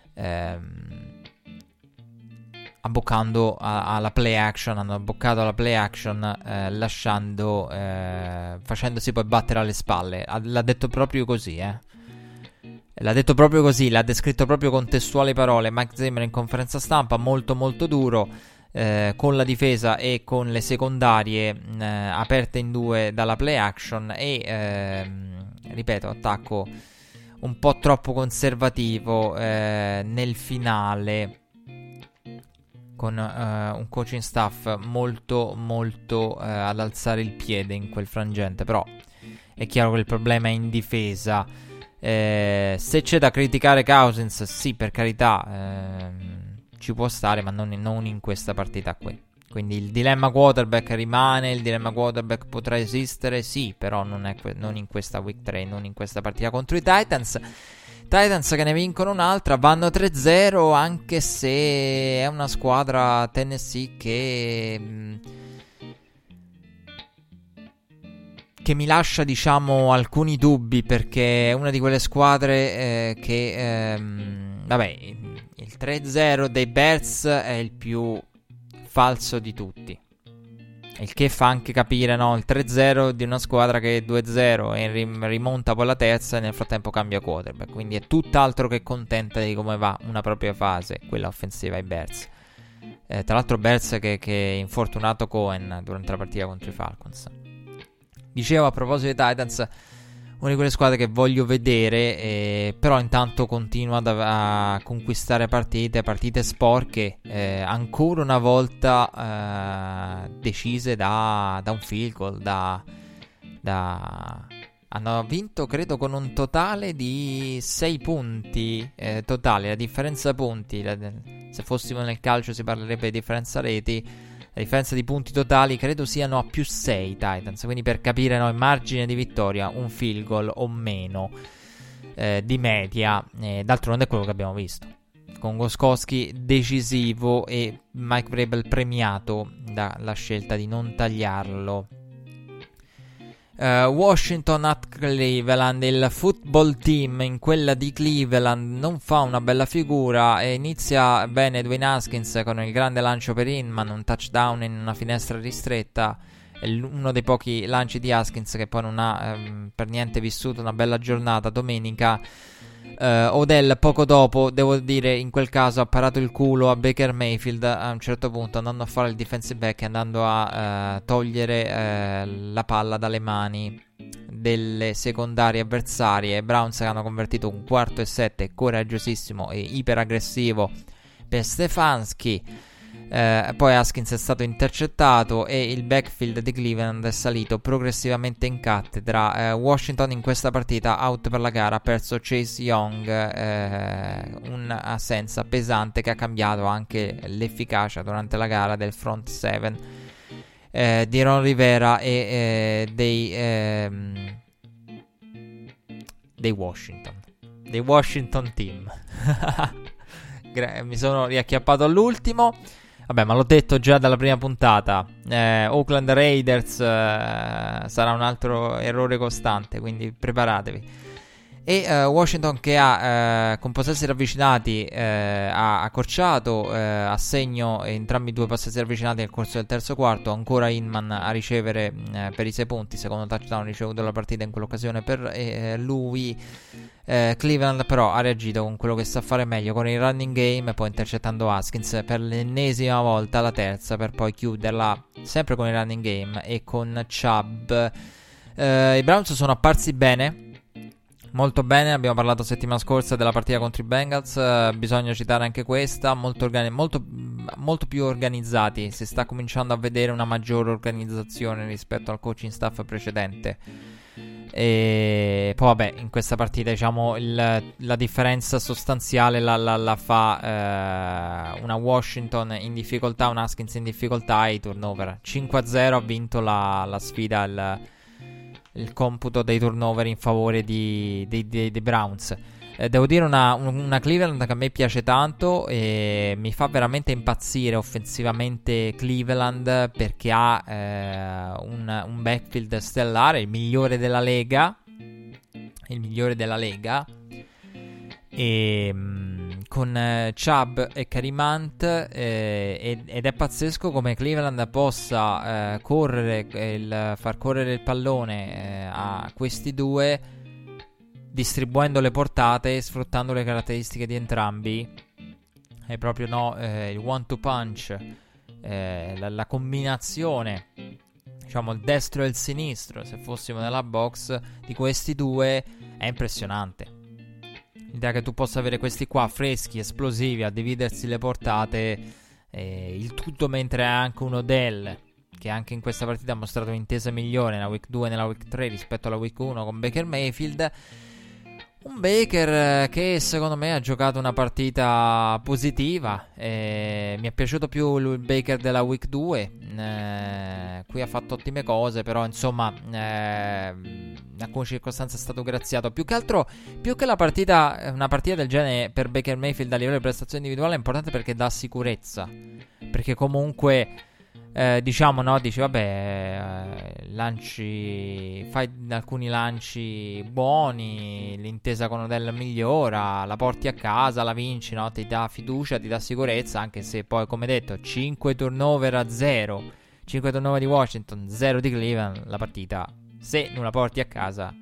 abboccando alla play action. Hanno abboccato alla play action, lasciando facendosi poi battere alle spalle. L'ha detto proprio così, l'ha detto proprio così, l'ha descritto proprio con testuali parole Mike Zimmer in conferenza stampa, molto molto duro, con la difesa e con le secondarie aperte in due dalla play action, e ripeto, attacco un po' troppo conservativo nel finale, con un coaching staff molto molto ad alzare il piede in quel frangente. Però è chiaro che il problema è in difesa. Se c'è da criticare Cousins, sì, per carità, ci può stare, ma non in questa partita qui. Quindi il dilemma quarterback rimane, il dilemma quarterback potrà esistere, sì, però non in questa week 3, non in questa partita contro i Titans che ne vincono un'altra, vanno 3-0, anche se è una squadra Tennessee che mi lascia, diciamo, alcuni dubbi, perché è una di quelle squadre che vabbè, il 3-0 dei Bears è il più falso di tutti, il che fa anche capire, no, il 3-0 di una squadra che è 2-0 e rimonta poi la terza e nel frattempo cambia quarterback, quindi è tutt'altro che contenta di come va una propria fase, quella offensiva ai Bears. Tra l'altro Bears che è infortunato Cohen durante la partita contro i Falcons. Dicevo, a proposito dei Titans, una di quelle squadre che voglio vedere, però intanto continua a conquistare partite sporche, ancora una volta decise da un field goal, hanno vinto credo con un totale di 6 punti totali. La differenza punti, se fossimo nel calcio si parlerebbe di differenza reti. La differenza di punti totali credo siano a più 6 i Titans, quindi per capire, no, il margine di vittoria, un field goal o meno di media, d'altronde è quello che abbiamo visto, con Gostkowski decisivo e Mike Vrabel premiato dalla scelta di non tagliarlo. Washington at Cleveland. Il football team in quella di Cleveland non fa una bella figura e inizia bene Dwayne Haskins con il grande lancio per Inman, un touchdown in una finestra ristretta. È uno dei pochi lanci di Haskins che poi non ha per niente vissuto una bella giornata domenica. Odell poco dopo, devo dire, in quel caso ha parato il culo a Baker Mayfield a un certo punto, andando a fare il defensive back e andando a togliere la palla dalle mani delle secondarie avversarie. Browns che hanno convertito un 4-7 coraggiosissimo e iperaggressivo per Stefanski. Poi Haskins è stato intercettato e il backfield di Cleveland è salito progressivamente in cattedra. Washington in questa partita out per la gara, ha perso Chase Young, un'assenza pesante che ha cambiato anche l'efficacia durante la gara del front seven di Ron Rivera e dei Washington team. Mi sono riacchiappato all'ultimo. Vabbè, ma l'ho detto già dalla prima puntata. Oakland Raiders sarà un altro errore costante, quindi preparatevi. E Washington che ha con possessi ravvicinati ha accorciato a segno entrambi i due possessi ravvicinati nel corso del terzo quarto. Ancora Inman a ricevere per i 6 punti, secondo touchdown ricevuto dalla partita in quell'occasione per lui. Cleveland però ha reagito con quello che sa fare meglio, con il running game, poi intercettando Haskins per l'ennesima volta, la terza, per poi chiuderla sempre con il running game e con Chubb. I Browns sono apparsi bene, molto bene. Abbiamo parlato settimana scorsa della partita contro i Bengals, bisogna citare anche questa, molto più organizzati. Si sta cominciando a vedere una maggiore organizzazione rispetto al coaching staff precedente. E poi vabbè, in questa partita diciamo la differenza sostanziale la fa una Washington in difficoltà, un Haskins in difficoltà e i turnover. 5-0 ha vinto la sfida, il computo dei turnover in favore dei Browns. Devo dire una Cleveland che a me piace tanto e mi fa veramente impazzire offensivamente Cleveland, perché ha un backfield stellare, il migliore della lega, e con Chubb e Kareem Hunt, ed è pazzesco come Cleveland possa far correre il pallone a questi due, distribuendo le portate e sfruttando le caratteristiche di entrambi. È proprio il one two punch, la combinazione, diciamo il destro e il sinistro, se fossimo nella box, di questi due è impressionante. L'idea che tu possa avere questi qua freschi, esplosivi, a dividersi le portate, il tutto mentre hai anche un Odell che anche in questa partita ha mostrato un'intesa migliore nella week 2 e nella week 3 rispetto alla week 1 con Baker Mayfield. Un Baker che secondo me ha giocato una partita positiva. Mi è piaciuto più il Baker della week 2. Qui ha fatto ottime cose, però insomma in alcune circostanze è stato graziato. Più che altro, più che una partita del genere per Baker Mayfield a livello di prestazione individuale è importante perché dà sicurezza. Perché comunque diciamo, no, dici vabbè, fai alcuni lanci buoni, l'intesa con Odell migliora, la porti a casa, la vinci, no? Ti dà fiducia, ti dà sicurezza, anche se poi, come detto, 5 turnover a 0, 5 turnover di Washington, 0 di Cleveland, la partita, se non la porti a casa,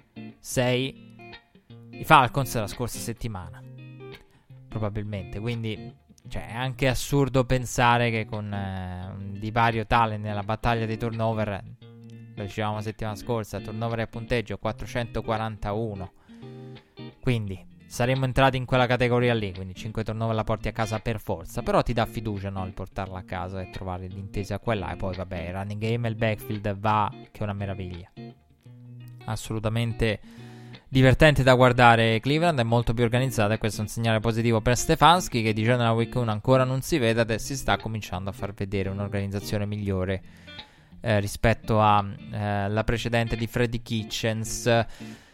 6 i Falcons la scorsa settimana, probabilmente. Quindi cioè è anche assurdo pensare che con un divario tale nella battaglia dei turnover, lo dicevamo la settimana scorsa, turnover e punteggio 441, quindi saremmo entrati in quella categoria lì, quindi 5 turnover la porti a casa per forza, però ti dà fiducia, no, il portarla a casa e trovare l'intesa quella. E poi vabbè, il running game e il backfield va, che è una meraviglia, assolutamente divertente da guardare. Cleveland è molto più organizzata e questo è un segnale positivo per Stefanski, che dicendo nella week 1 ancora non si vede, adesso si sta cominciando a far vedere un'organizzazione migliore rispetto alla precedente di Freddie Kitchens,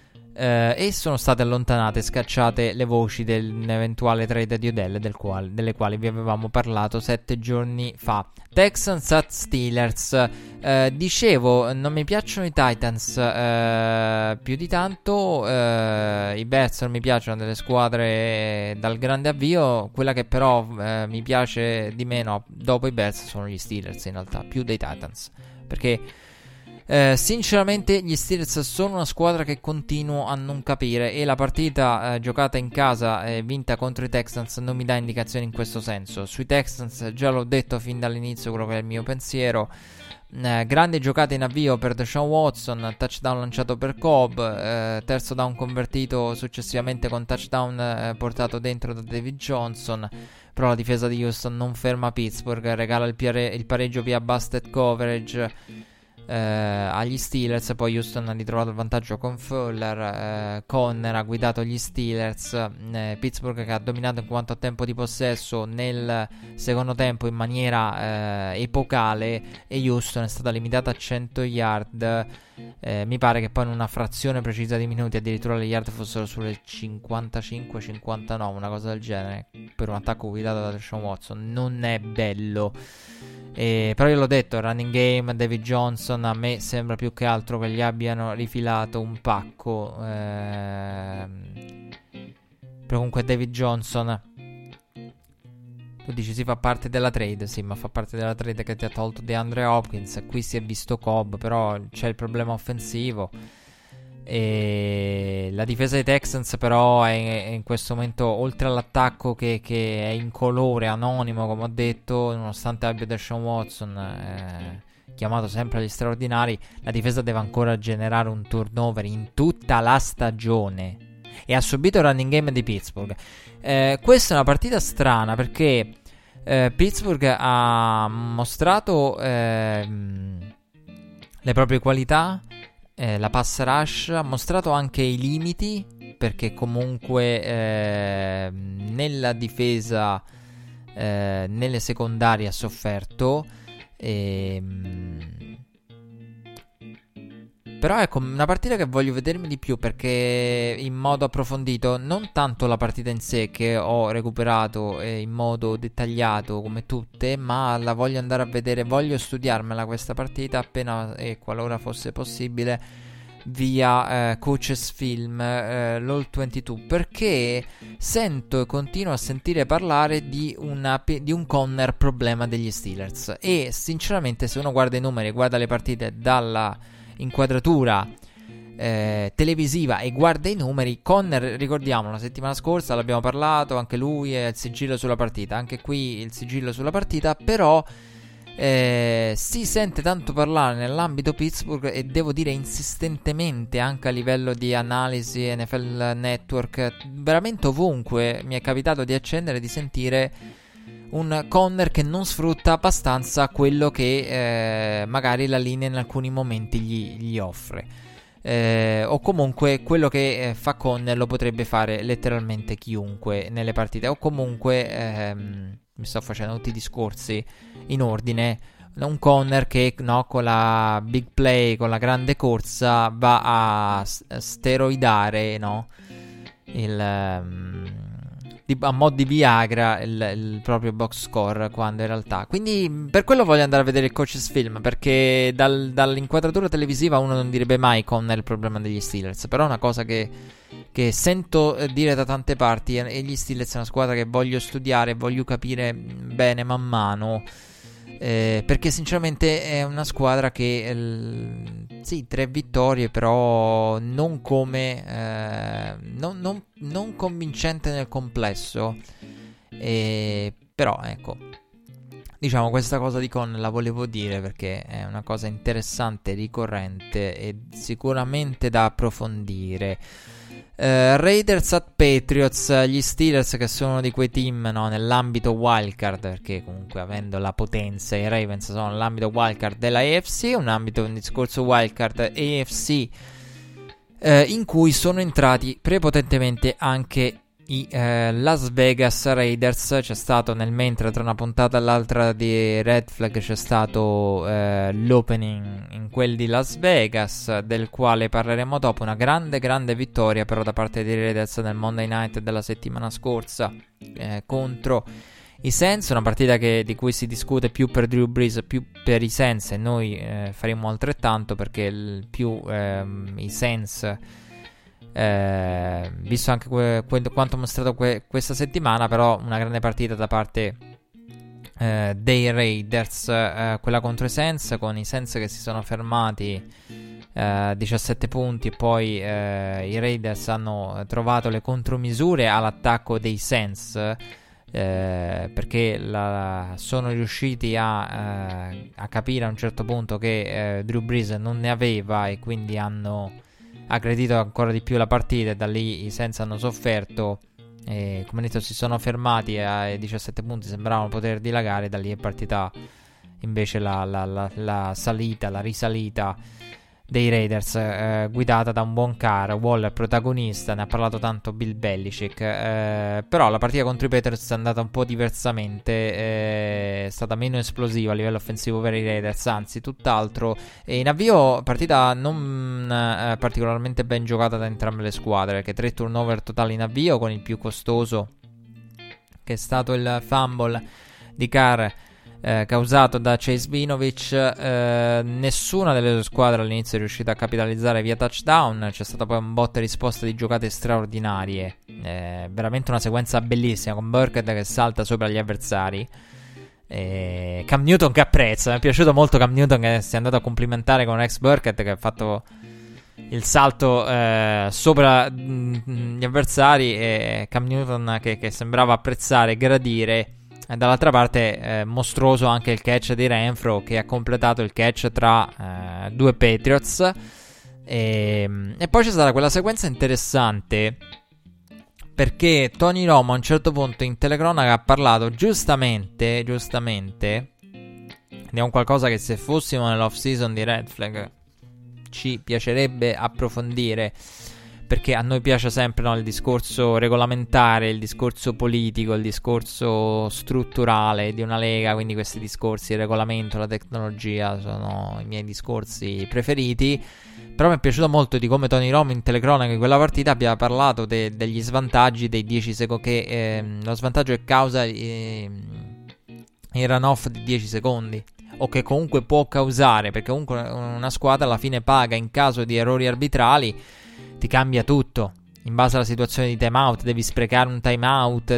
e sono state allontanate, scacciate le voci dell'eventuale trade di Odell delle quali vi avevamo parlato 7 giorni fa. Texans at Steelers. Dicevo, non mi piacciono i Titans più di tanto, i Bears non mi piacciono, delle squadre dal grande avvio. Quella che però mi piace di meno dopo i Bears sono gli Steelers, in realtà, più dei Titans, perché sinceramente gli Steelers sono una squadra che continuo a non capire, e la partita giocata in casa e vinta contro i Texans non mi dà indicazioni in questo senso. Sui Texans già l'ho detto fin dall'inizio quello che è il mio pensiero. Grande giocata in avvio per Deshaun Watson, touchdown lanciato per Cobb, terzo down convertito successivamente con touchdown portato dentro da David Johnson. Però la difesa di Houston non ferma Pittsburgh, regala il pareggio via busted coverage agli Steelers. Poi Houston ha ritrovato il vantaggio con Fuller, Conner ha guidato gli Steelers, Pittsburgh che ha dominato in quanto a tempo di possesso nel secondo tempo in maniera epocale, e Houston è stata limitata a 100 yard. Mi pare che poi in una frazione precisa di minuti addirittura le yard fossero sulle 55-59, una cosa del genere, per un attacco guidato da Deshaun Watson. Non è bello. Però io l'ho detto, il running game, David Johnson, a me sembra più che altro che gli abbiano rifilato un pacco. Però comunque David Johnson, tu dici si fa parte della trade, sì, ma fa parte della trade che ti ha tolto DeAndre Hopkins. Qui si è visto Cobb, però c'è il problema offensivo. E la difesa dei Texans però è in questo momento, oltre all'attacco che è incolore, anonimo come ho detto, nonostante abbia Deshaun Watson chiamato sempre agli straordinari, la difesa deve ancora generare un turnover in tutta la stagione e ha subito il running game di Pittsburgh. Questa è una partita strana perché Pittsburgh ha mostrato le proprie qualità, la pass rush, ha mostrato anche i limiti perché comunque nella difesa, nelle secondarie ha sofferto. Però ecco, una partita che voglio vedermi di più perché in modo approfondito, non tanto la partita in sé che ho recuperato in modo dettagliato come tutte, ma la voglio andare a vedere, voglio studiarmela questa partita appena e qualora fosse possibile via Coaches Film, l'All-22, perché sento e continuo a sentire parlare di un corner problema degli Steelers e sinceramente se uno guarda i numeri, guarda le partite dalla inquadratura televisiva e guarda i numeri, Conner, ricordiamo la settimana scorsa l'abbiamo parlato, anche lui è il sigillo sulla partita, anche qui il sigillo sulla partita, però si sente tanto parlare nell'ambito Pittsburgh e devo dire insistentemente anche a livello di analisi NFL Network, veramente ovunque mi è capitato di accendere e di sentire un corner che non sfrutta abbastanza quello che magari la linea in alcuni momenti gli offre, o comunque quello che fa Conner lo potrebbe fare letteralmente chiunque nelle partite, o comunque mi sto facendo tutti i discorsi in ordine, un corner che con la big play, con la grande corsa va a steroidare a mo' di Viagra il proprio box score, quando in realtà, quindi per quello voglio andare a vedere il Coaches Film, perché dall'inquadratura televisiva uno non direbbe mai con il problema degli Steelers, però è una cosa che sento dire da tante parti, e gli Steelers è una squadra che voglio studiare, voglio capire bene man mano, perché sinceramente è una squadra che sì, 3 vittorie, però non come non convincente nel complesso, però ecco, diciamo, questa cosa di Con la volevo dire perché è una cosa interessante, ricorrente e sicuramente da approfondire. Raiders at Patriots, gli Steelers che sono di quei team nell'ambito wildcard, perché comunque avendo la potenza i Ravens sono nell'ambito wildcard della AFC, un discorso wildcard AFC in cui sono entrati prepotentemente anche i Las Vegas Raiders. C'è stato mentre tra una puntata e l'altra di Red Flag c'è stato l'opening in quel di Las Vegas, del quale parleremo dopo. Una grande vittoria però da parte dei Raiders nel Monday Night della settimana scorsa contro i Saints, una partita di cui si discute più per Drew Brees, più per i Saints, e noi faremo altrettanto perché i Saints, visto anche quanto mostrato questa settimana, però una grande partita da parte dei Raiders, quella contro i Saints, con i Saints che si sono fermati 17 punti, e poi i Raiders hanno trovato le contromisure all'attacco dei Saints, perché sono riusciti a capire a un certo punto che Drew Brees non ne aveva e quindi hanno aggredito ancora di più la partita, e da lì i Saints hanno sofferto e, come detto, si sono fermati ai 17 punti, sembravano poter dilagare. Da lì è partita invece la salita, la risalita dei Raiders, guidata da un buon Carr. Waller protagonista, ne ha parlato tanto Bill Belichick, però la partita contro i Patriots è andata un po' diversamente, è stata meno esplosiva a livello offensivo per i Raiders, anzi tutt'altro, e in avvio partita non particolarmente ben giocata da entrambe le squadre, perché 3 turnover totali in avvio, con il più costoso che è stato il fumble di Carr causato da Chase Winovich. Nessuna delle due squadre all'inizio è riuscita a capitalizzare via touchdown. C'è stata poi un botta e risposta di giocate straordinarie, veramente una sequenza bellissima, con Burkhead che salta sopra gli avversari, Cam Newton che apprezza. Mi è piaciuto molto Cam Newton, che si è andato a complimentare con Rex Burkhead, che ha fatto il salto sopra gli avversari, e Cam Newton che sembrava apprezzare e gradire. E dall'altra parte mostruoso anche il catch di Renfro, che ha completato il catch tra due Patriots. E poi c'è stata quella sequenza interessante, perché Tony Romo a un certo punto in telecronaca ha parlato giustamente di un qualcosa che, se fossimo nell'off season di Red Flag, ci piacerebbe approfondire, perché a noi piace sempre, no, il discorso regolamentare, il discorso politico, il discorso strutturale di una lega. Quindi questi discorsi, il regolamento, la tecnologia, sono i miei discorsi preferiti. Però mi è piaciuto molto di come Tony Romo in telecronaca in quella partita abbia parlato degli svantaggi dei 10 secondi, che lo svantaggio è causa il runoff di 10 secondi, o che comunque può causare, perché comunque una squadra alla fine paga in caso di errori arbitrali. Ti cambia tutto in base alla situazione di timeout. Devi sprecare un timeout,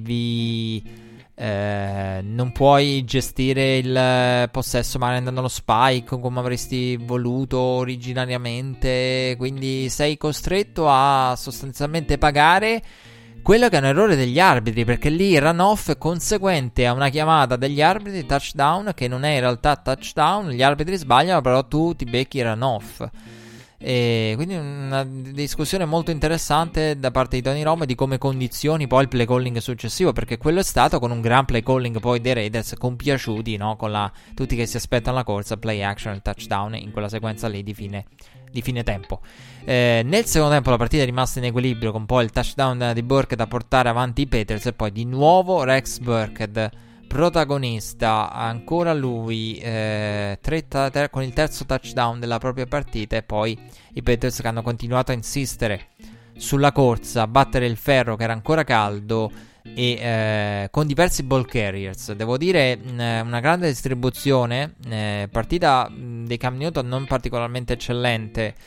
non puoi gestire il possesso magari andando allo spike come avresti voluto originariamente, quindi sei costretto a sostanzialmente pagare quello che è un errore degli arbitri, perché lì il runoff è conseguente a una chiamata degli arbitri, touchdown, che non è in realtà touchdown. Gli arbitri sbagliano, però tu ti becchi il runoff. E quindi una discussione molto interessante da parte di Tony Romo, e di come condizioni poi il play calling successivo, perché quello è stato con un gran play calling poi dei Raiders, compiaciuti, no? Con tutti che si aspettano la corsa, play action, il touchdown in quella sequenza lì di fine tempo. Nel secondo tempo la partita è rimasta in equilibrio, con poi il touchdown di Burkhead a portare avanti i Patriots, e poi di nuovo Rex Burkhead protagonista, ancora lui, con il terzo touchdown della propria partita. E poi i Patriots che hanno continuato a insistere sulla corsa, a battere il ferro che era ancora caldo, e con diversi ball carriers. Devo dire una grande distribuzione, partita dei Cam Newton non particolarmente eccellente.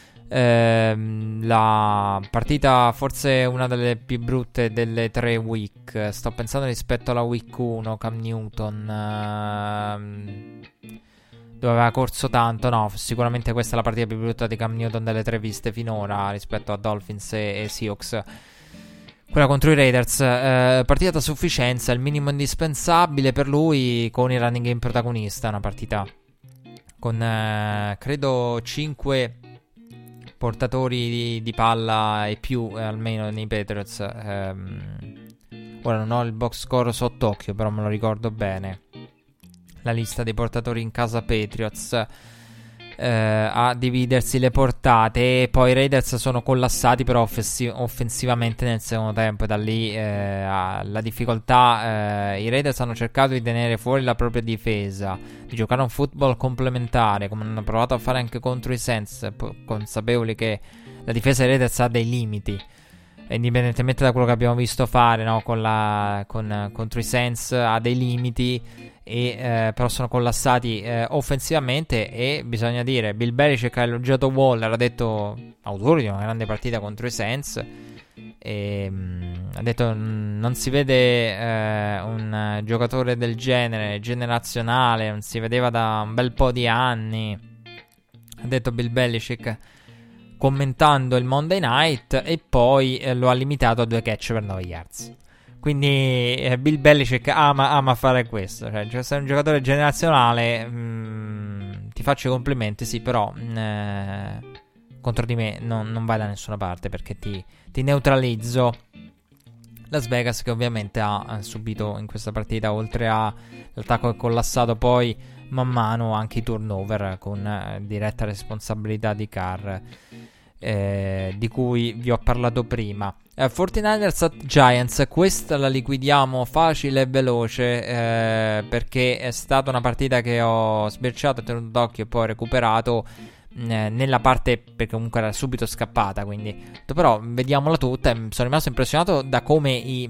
La partita forse una delle più brutte delle 3 week. Sto pensando rispetto alla week 1, Cam Newton, dove aveva corso tanto. No, sicuramente questa è la partita più brutta di Cam Newton delle 3 viste finora, rispetto a Dolphins e Seahawks. Quella contro i Raiders, partita da sufficienza, il minimo indispensabile per lui, con il running game protagonista. Una partita con credo 5 portatori di palla e più, almeno nei Patriots. Ora non ho il box score sott'occhio, però me lo ricordo bene, la lista dei portatori in casa Patriots, a dividersi le portate. E poi i Raiders sono collassati però offensivamente nel secondo tempo, e da lì la difficoltà. I Raiders hanno cercato di tenere fuori la propria difesa, di giocare un football complementare, come hanno provato a fare anche contro i Saints, consapevoli che la difesa dei Raiders ha dei limiti, indipendentemente da quello che abbiamo visto fare, no? Contro i Saints ha dei limiti, però sono collassati offensivamente. E bisogna dire, Bill Belichick ha elogiato Waller, ha detto autore di una grande partita contro i Saints, e ha detto non si vede un giocatore del genere, generazionale, non si vedeva da un bel po' di anni, ha detto Bill Belichick commentando il Monday Night, e poi lo ha limitato a 2 catch per 9 yards. Quindi Bill Belichick ama fare questo, cioè sei un giocatore generazionale, ti faccio i complimenti, sì, però contro di me non vai da nessuna parte, perché ti neutralizzo. Las Vegas, che ovviamente ha subito in questa partita, oltre all'attacco che è collassato poi man mano, anche i turnover, con diretta responsabilità di Carr, di cui vi ho parlato prima. 49ers at Giants, questa la liquidiamo facile e veloce, perché è stata una partita che ho sbirciato, tenuto d'occhio e poi recuperato nella parte, perché comunque era subito scappata, quindi però vediamola tutta. Sono rimasto impressionato da come i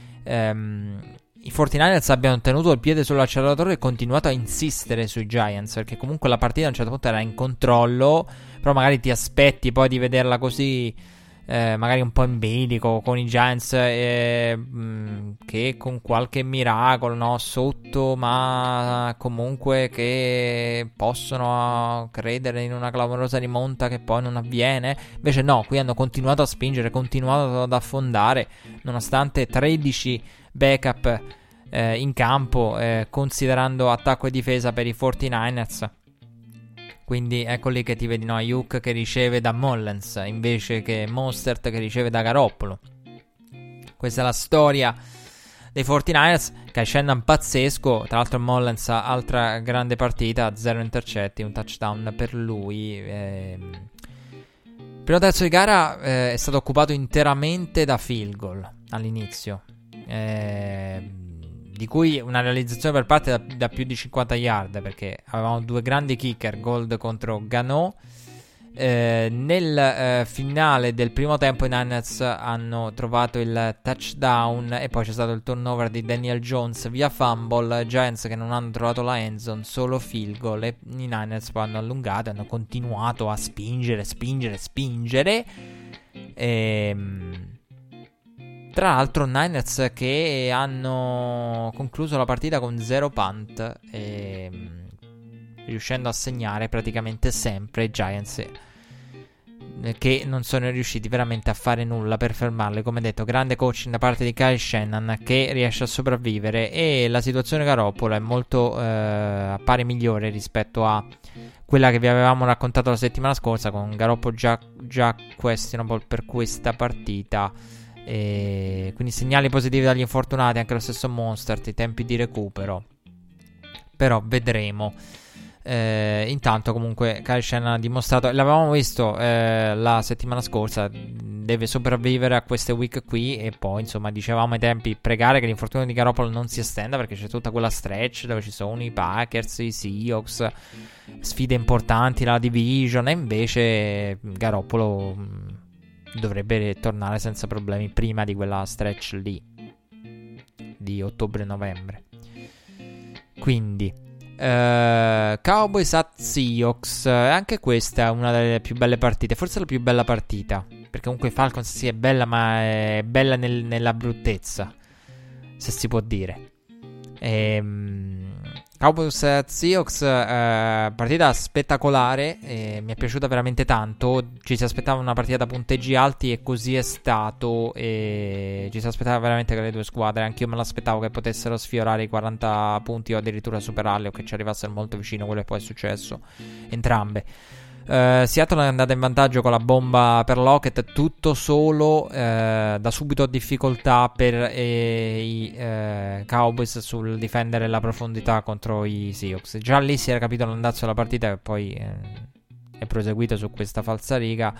49ers abbiano tenuto il piede sull'acceleratore e continuato a insistere sui Giants, perché comunque la partita a un certo punto era in controllo, però magari ti aspetti poi di vederla così magari un po' in bilico con i Giants, che con qualche miracolo, no, sotto, ma comunque che possono credere in una clamorosa rimonta che poi non avviene. Invece no, qui hanno continuato a spingere, continuato ad affondare, nonostante 13 backup in campo, considerando attacco e difesa per i 49ers. Quindi ecco lì che ti vedi, no, Ayuk che riceve da Mullens invece che Mostert che riceve da Garoppolo. Questa è la storia dei 49ers. Kai Shannon pazzesco, tra l'altro Mullens altra grande partita, 0 intercetti, un touchdown per lui. Primo terzo di gara è stato occupato interamente da field goal all'inizio, di cui una realizzazione per parte da più di 50 yard, perché avevamo due grandi kicker, Gold contro Gano. Nel finale del primo tempo i Niners hanno trovato il touchdown e poi c'è stato il turnover di Daniel Jones via fumble. Giants che non hanno trovato la end zone, solo field goal, e i Niners poi hanno allungato e hanno continuato a spingere. Tra l'altro Niners che hanno concluso la partita con 0 punt, riuscendo a segnare praticamente sempre. I Giants che non sono riusciti veramente a fare nulla per fermarli. Come detto, grande coaching da parte di Kyle Shanahan che riesce a sopravvivere, e la situazione Garoppolo è molto appare migliore rispetto a quella che vi avevamo raccontato la settimana scorsa, con Garoppolo già questionable per questa partita. Quindi segnali positivi dagli infortunati, anche lo stesso Monstert, i tempi di recupero, però vedremo. Intanto comunque Kyle Shanahan ha dimostrato, l'avevamo visto la settimana scorsa, deve sopravvivere a queste week qui, e poi insomma dicevamo ai tempi pregare che l'infortunio di Garoppolo non si estenda, perché c'è tutta quella stretch dove ci sono i Packers, i Seahawks, sfide importanti, la division, e invece Garoppolo dovrebbe tornare senza problemi prima di quella stretch lì di ottobre-novembre. Quindi Cowboys at Seahawks, anche questa è una delle più belle partite, forse la più bella partita, perché comunque Falcons sì è bella, ma è bella nella bruttezza, se si può dire. Cowboys at Seahawks, partita spettacolare, mi è piaciuta veramente tanto. Ci si aspettava una partita da punteggi alti e così è stato, ci si aspettava veramente che le due squadre, anche io me l'aspettavo che potessero sfiorare i 40 punti o addirittura superarli, o che ci arrivassero molto vicino. Quello che poi è successo entrambe. Seattle è andata in vantaggio con la bomba per Lockett, tutto solo, da subito difficoltà per i Cowboys sul difendere la profondità contro i Seahawks. Già lì si era capito l'andazzo della partita, che poi è proseguito su questa falsariga.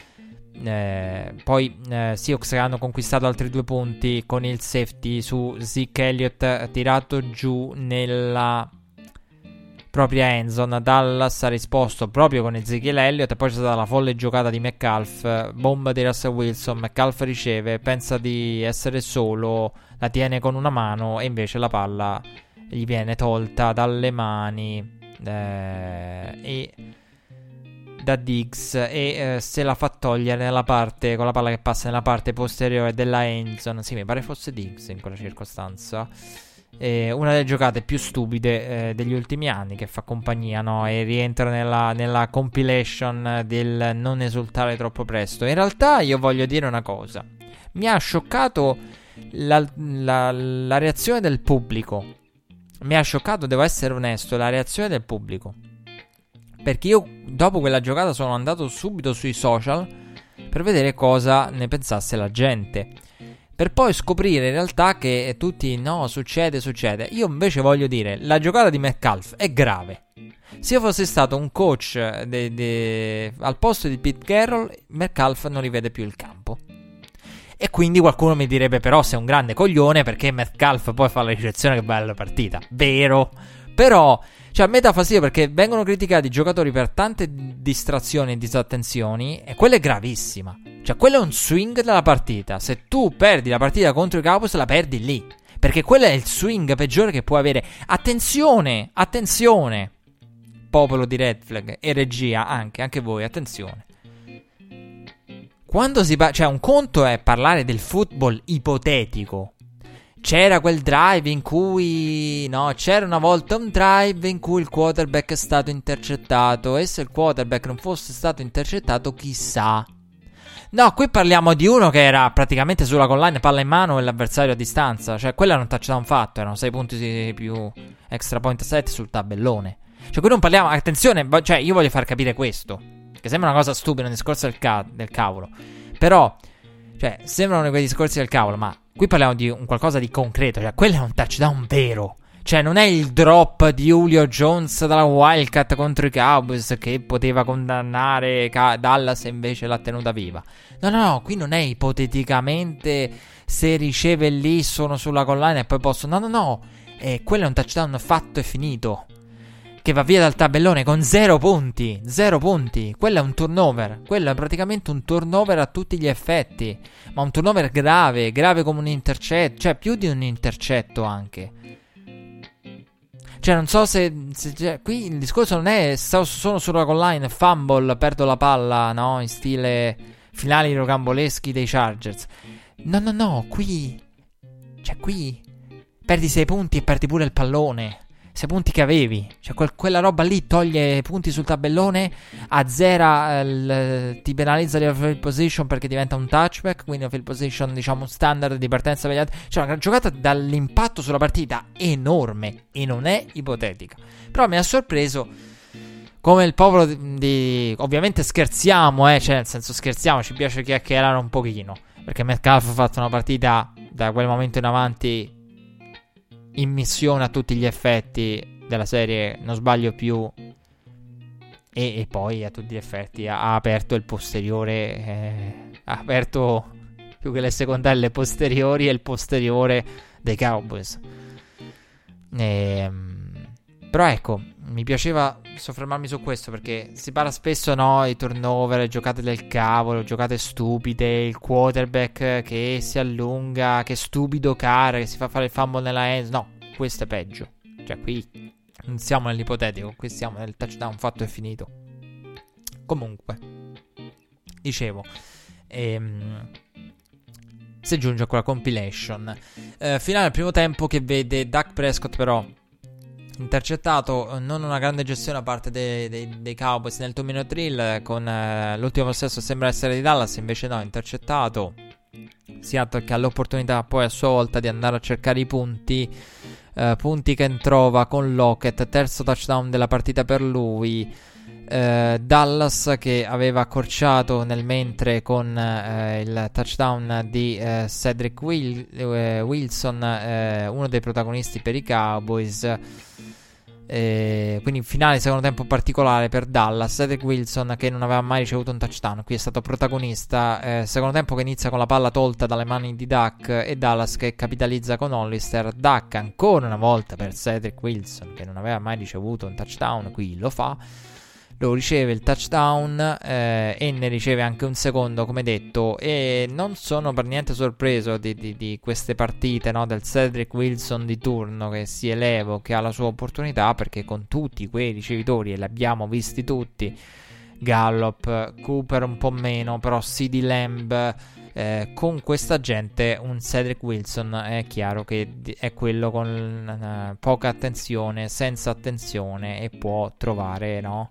Poi Seahawks hanno conquistato altri 2 punti con il safety su Zeke Elliott tirato giù nella propria endzone. Dallas ha risposto proprio con Ezekiel Elliott, e poi c'è stata la folle giocata di Metcalf, bomba di Russell Wilson. Metcalf riceve, pensa di essere solo, la tiene con una mano e invece la palla gli viene tolta dalle mani e da Diggs, e se la fa togliere nella parte, con la palla che passa nella parte posteriore della endzone. Sì, mi pare fosse Diggs in quella circostanza. Una delle giocate più stupide degli ultimi anni, che fa compagnia, no? E rientra nella compilation del non esultare troppo presto. In realtà io voglio dire una cosa: mi ha scioccato la reazione del pubblico. Mi ha scioccato, devo essere onesto, la reazione del pubblico, perché io dopo quella giocata sono andato subito sui social per vedere cosa ne pensasse la gente, per poi scoprire in realtà che tutti no, succede. Io invece voglio dire, la giocata di Metcalf è grave. Se io fossi stato un coach al posto di Pete Carroll, Metcalf non rivede più il campo. E quindi qualcuno mi direbbe: però sei un grande coglione, perché Metcalf poi fa la ricezione, che bella partita. Vero, però cioè a me dà fastidio, perché vengono criticati i giocatori per tante distrazioni e disattenzioni, e quella è gravissima. Cioè quello è un swing della partita. Se tu perdi la partita contro i Cowboys, la perdi lì, perché quello è il swing peggiore che puoi avere. Attenzione, popolo di Red Flag e regia, anche voi, attenzione. quando cioè, un conto è parlare del football ipotetico. C'era quel drive in cui... No, c'era una volta un drive in cui il quarterback è stato intercettato. E se il quarterback non fosse stato intercettato, chissà. No, qui parliamo di uno che era praticamente sulla goal line, palla in mano e l'avversario a distanza. Cioè, quello era un touchdown fatto. Erano 6 punti più extra point set sul tabellone. Cioè, qui non parliamo... Attenzione, cioè, io voglio far capire questo. Che sembra una cosa stupida, un discorso del cavolo. Però, cioè, sembrano quei discorsi del cavolo, ma qui parliamo di un qualcosa di concreto. Cioè, quello è un touchdown vero. Cioè, non è il drop di Julio Jones dalla Wildcat contro i Cowboys che poteva condannare Dallas e invece l'ha tenuta viva. No, qui non è ipoteticamente se riceve lì, sono sulla goal line e poi posso... No. Quello è un touchdown fatto e finito. Che va via dal tabellone con 0 punti. 0 punti. Quello è un turnover. Quello è praticamente un turnover a tutti gli effetti. Ma un turnover grave. Grave come un intercetto. Cioè, più di un intercetto anche. Cioè, non so se cioè, qui il discorso non è sono sulla goal line, fumble, perdo la palla, no? In stile finali rocamboleschi dei Chargers. No. Qui... Cioè, qui... Perdi 6 punti e perdi pure il pallone. 6 punti che avevi. Cioè quella roba lì toglie punti sul tabellone, azzera ti penalizza la field position perché diventa un touchback, quindi una field position diciamo standard di partenza per gli altri. Cioè una giocata dall'impatto sulla partita enorme e non è ipotetica. Però mi ha sorpreso come il popolo di... Ovviamente scherziamo, cioè nel senso scherziamo, ci piace chiacchierare un pochino, perché Metcalf ha fatto una partita da quel momento in avanti in missione a tutti gli effetti della serie, non sbaglio più, e poi a tutti gli effetti ha aperto il posteriore, ha aperto più che le secondelle posteriori e il posteriore dei Cowboys. Però ecco, mi piaceva soffermarmi su questo perché si parla spesso, no, di turnover, giocate del cavolo, giocate stupide, il quarterback che si allunga, che stupido Carr, che si fa fare il fumble nella end. No, questo è peggio. Cioè qui non siamo nell'ipotetico, qui siamo nel touchdown fatto e finito. Comunque, dicevo, si aggiunge a quella compilation finale del primo tempo che vede Dak Prescott però intercettato, non una grande gestione da parte dei Cowboys nel 2-minute drill, con l'ultimo possesso sembra essere di Dallas, invece no, intercettato. Seattle che ha l'opportunità poi a sua volta di andare a cercare i punti che trova con Lockett, terzo touchdown della partita per lui. Dallas che aveva accorciato nel mentre con il touchdown di Cedric Wilson, uno dei protagonisti per i Cowboys. Quindi finale secondo tempo particolare per Dallas. Cedric Wilson che non aveva mai ricevuto un touchdown, qui è stato protagonista. Secondo tempo che inizia con la palla tolta dalle mani di Dak e Dallas che capitalizza con Hollister. Dak ancora una volta per Cedric Wilson che non aveva mai ricevuto un touchdown, qui lo fa, lo riceve il touchdown e ne riceve anche un secondo come detto, e non sono per niente sorpreso di queste partite, no, del Cedric Wilson di turno che si eleva, che ha la sua opportunità, perché con tutti quei ricevitori, e li abbiamo visti tutti, Gallup, Cooper un po' meno, però CeeDee Lamb, con questa gente un Cedric Wilson è chiaro che è quello con poca attenzione, senza attenzione, e può trovare, no,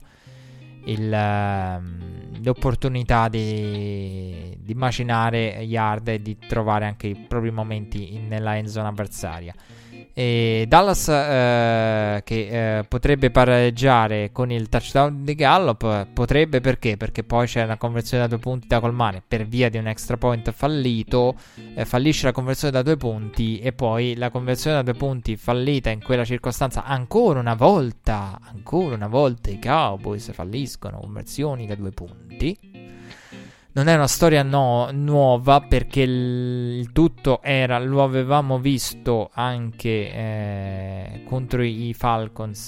l'opportunità di macinare yard e di trovare anche i propri momenti nella end zone avversaria. E Dallas che potrebbe pareggiare con il touchdown di Gallup, potrebbe, perché poi c'è una conversione da 2 punti da colmare per via di un extra point fallito, fallisce la conversione da 2 punti e poi la conversione da 2 punti fallita in quella circostanza ancora una volta i Cowboys falliscono conversioni da 2 punti. Non è una storia nuova, perché il tutto lo avevamo visto anche contro i Falcons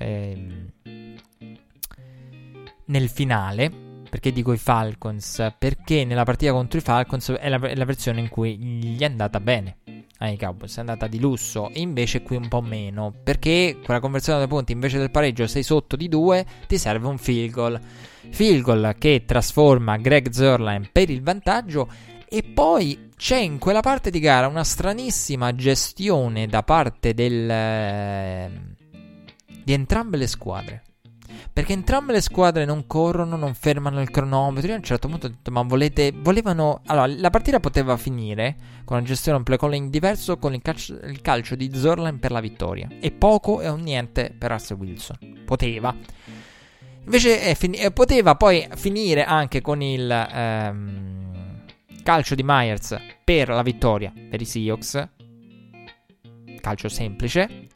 nel finale. Perché dico i Falcons? Perché nella partita contro i Falcons è la versione in cui gli è andata bene. ai Cowboys, è andata di lusso, e invece qui un po' meno, perché quella conversione dei punti, invece del pareggio sei sotto di 2, ti serve un field goal che trasforma Greg Zuerlein per il vantaggio. E poi c'è in quella parte di gara una stranissima gestione da parte di entrambe le squadre, perché entrambe le squadre non corrono, non fermano il cronometro. Io a un certo punto ho detto, ma volevano... Allora, la partita poteva finire con una gestione, un play calling diverso, con il calcio di Zuerlein per la vittoria, e poco e un niente per Russell Wilson. Poteva. Invece poteva poi finire anche con il calcio di Myers per la vittoria per i Seahawks, calcio semplice.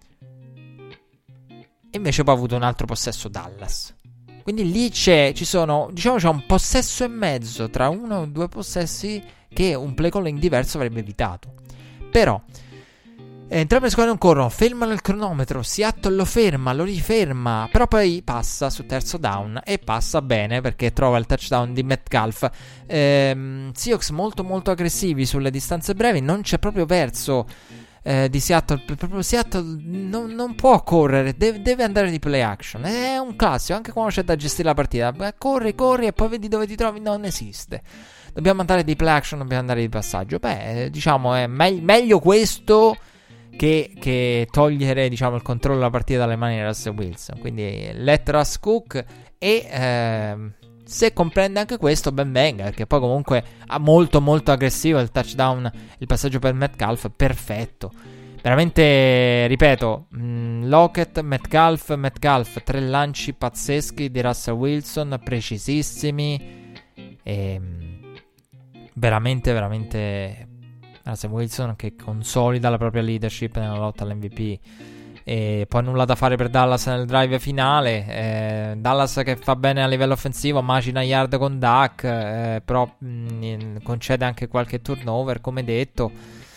E invece poi ha avuto un altro possesso Dallas. Quindi lì c'è un possesso e mezzo tra uno o due possessi che un play calling diverso avrebbe evitato. Però entrambe le squadre non corrono, fermano il cronometro, Seattle lo ferma, lo riferma, però poi passa su terzo down, e passa bene perché trova il touchdown di Metcalf. Seahawks molto molto aggressivi sulle distanze brevi, non c'è proprio verso di Seattle. Proprio Seattle non può correre, deve andare di play action. È un classico, anche quando c'è da gestire la partita. Corri e poi vedi dove ti trovi. Non esiste. Dobbiamo andare di play action, dobbiamo andare di passaggio. Diciamo è meglio questo che togliere, diciamo, il controllo della partita dalle mani di Russell Wilson. Quindi let Russ cook, e se comprende anche questo, ben venga, perché poi comunque ha molto molto aggressivo il touchdown, il passaggio per Metcalf, perfetto. Veramente, ripeto, Lockett, Metcalf, 3 lanci pazzeschi di Russell Wilson, precisissimi, e veramente Russell Wilson che consolida la propria leadership nella lotta all'MVP. E poi nulla da fare per Dallas nel drive finale. Dallas che fa bene a livello offensivo, macina yard con Dak, però concede anche qualche turnover, come detto.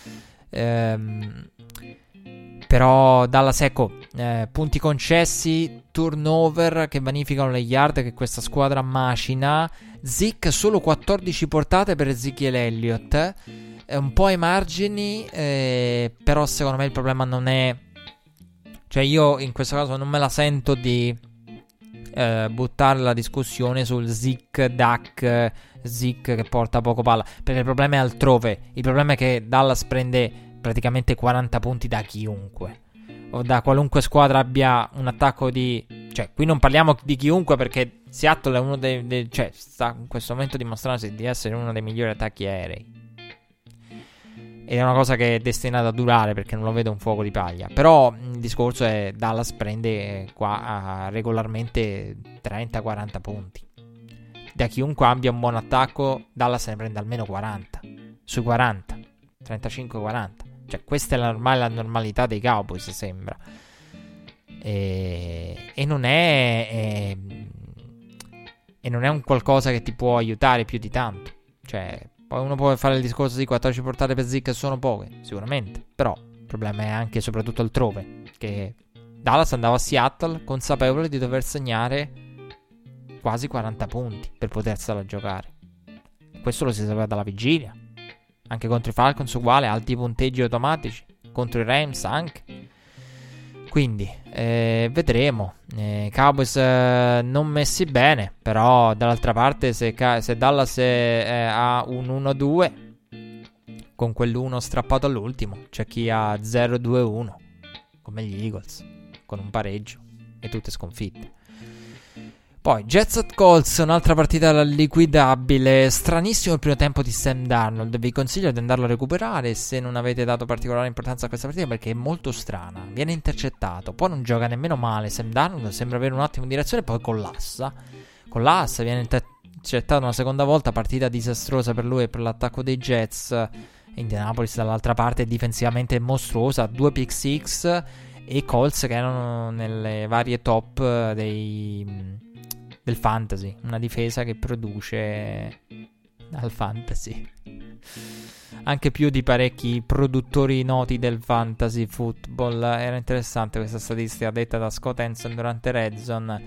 Però Dallas, ecco, punti concessi, turnover che vanificano le yard che questa squadra macina. Zeke solo 14 portate per Ezekiel Elliott, un po' ai margini, però secondo me il problema non è... Cioè io in questo caso non me la sento di buttare la discussione sul Zeke che porta poco palla, perché il problema è altrove. Il problema è che Dallas prende praticamente 40 punti da chiunque, o da qualunque squadra abbia un attacco di... Cioè qui non parliamo di chiunque, perché Seattle è uno cioè sta in questo momento dimostrandosi di essere uno dei migliori attacchi aerei, ed è una cosa che è destinata a durare, perché non lo vedo un fuoco di paglia. Però il discorso è Dallas prende qua regolarmente 30-40 punti da chiunque abbia un buon attacco. Dallas ne prende almeno 40 sui 40, 35-40. Cioè questa è la normalità dei Cowboys, sembra, e non è un qualcosa che ti può aiutare più di tanto. Cioè poi uno può fare il discorso di 14 portate per Zeke sono poche, sicuramente, però il problema è anche e soprattutto altrove, che Dallas andava a Seattle consapevole di dover segnare quasi 40 punti per potersela giocare. Questo lo si sapeva dalla vigilia, anche contro i Falcons uguale, alti punteggi automatici, contro i Rams anche. Quindi vedremo. Cowboys non messi bene, però dall'altra parte se Dallas ha un 1-2 con quell'1 strappato all'ultimo, c'è chi ha 0-2-1 come gli Eagles, con un pareggio e tutte sconfitte. Poi Jets at Colts, un'altra partita liquidabile. Stranissimo il primo tempo di Sam Darnold. Vi consiglio di andarlo a recuperare se non avete dato particolare importanza a questa partita, perché è molto strana. Viene intercettato, poi non gioca nemmeno male Sam Darnold, sembra avere un attimo di direzione, poi collassa, viene intercettato una seconda volta. Partita disastrosa per lui e per l'attacco dei Jets. Indianapolis dall'altra parte difensivamente mostruosa, 2 pick six, e Colts che erano nelle varie top del fantasy, una difesa che produce al fantasy anche più di parecchi produttori noti del fantasy football. Era interessante questa statistica detta da Scott Hanson durante Red Zone.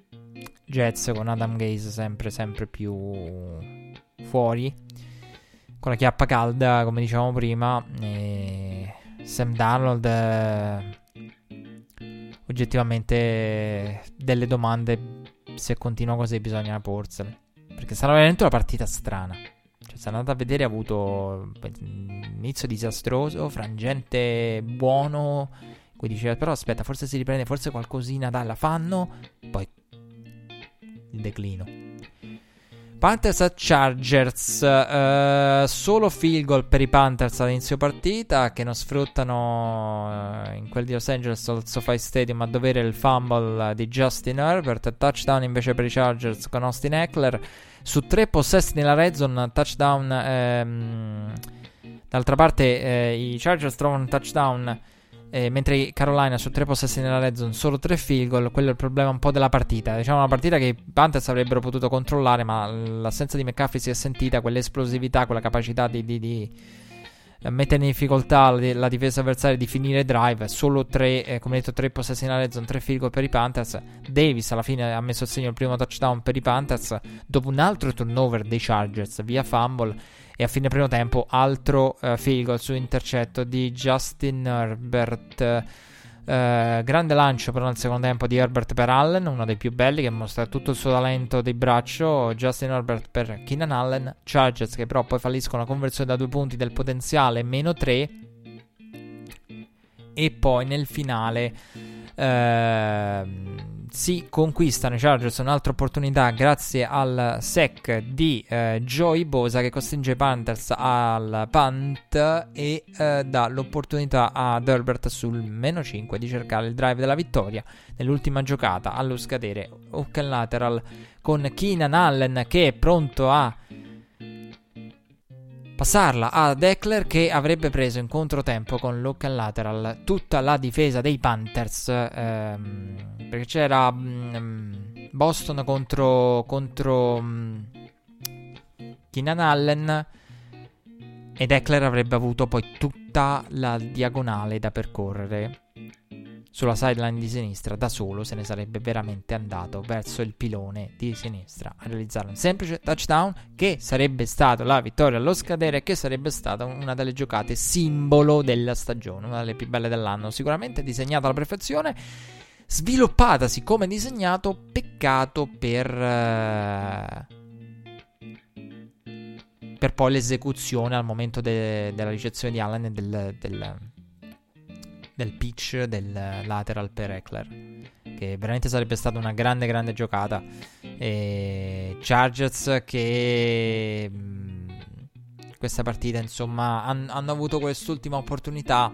Jets con Adam Gase sempre più fuori, con la chiappa calda, come dicevamo prima. E Sam Darnold, oggettivamente delle domande, se continua così bisogna porsele, perché sarà veramente una partita strana. Cioè, se andate a vedere, ha avuto inizio disastroso, frangente buono, qui dice però aspetta, forse si riprende, forse qualcosina la fanno, poi il declino. Panthers a Chargers, solo field goal per i Panthers all'inizio partita, che non sfruttano in quel di Los Angeles al SoFi Stadium a dovere il fumble di Justin Herbert. Touchdown invece per i Chargers con Austin Eckler su 3 possessi nella red zone. Touchdown, d'altra parte i Chargers trovano un touchdown, mentre Carolina su 3 possessi nella red zone solo 3 field goal. Quello è il problema un po' della partita. Diciamo una partita che i Panthers avrebbero potuto controllare, ma l'assenza di McCaffrey si è sentita, quell'esplosività, quella capacità di mettere in difficoltà la difesa avversaria, di finire drive. Solo 3, come detto, 3 possessi nella red zone, 3 field goal per i Panthers. Davis alla fine ha messo a segno il primo touchdown per i Panthers dopo un altro turnover dei Chargers via fumble. E a fine primo tempo altro field goal su intercetto di Justin Herbert. Grande lancio però nel secondo tempo di Herbert per Allen, uno dei più belli, che mostra tutto il suo talento di braccio. Justin Herbert per Keenan Allen. Chargers che però poi falliscono la conversione da 2 punti del potenziale -3. E poi nel finale si conquistano i Chargers un'altra opportunità grazie al sack di Joey Bosa, che costringe i Panthers al punt e dà l'opportunità ad Herbert sul -5 di cercare il drive della vittoria nell'ultima giocata. Allo scadere hook and lateral con Keenan Allen che è pronto a passarla ad Eckler, che avrebbe preso in controtempo con l'hook and lateral tutta la difesa dei Panthers, perché c'era Boston contro Keenan Allen, ed Eckler avrebbe avuto poi tutta la diagonale da percorrere sulla sideline di sinistra. Da solo se ne sarebbe veramente andato verso il pilone di sinistra a realizzare un semplice touchdown che sarebbe stato la vittoria allo scadere, che sarebbe stata una delle giocate simbolo della stagione, una delle più belle dell'anno, sicuramente disegnata alla perfezione, sviluppatasi come disegnato. Peccato per poi l'esecuzione al momento della ricezione di Allen e del pitch del lateral per Eckler, che veramente sarebbe stata una grande giocata. Chargers che questa partita insomma hanno avuto quest'ultima opportunità,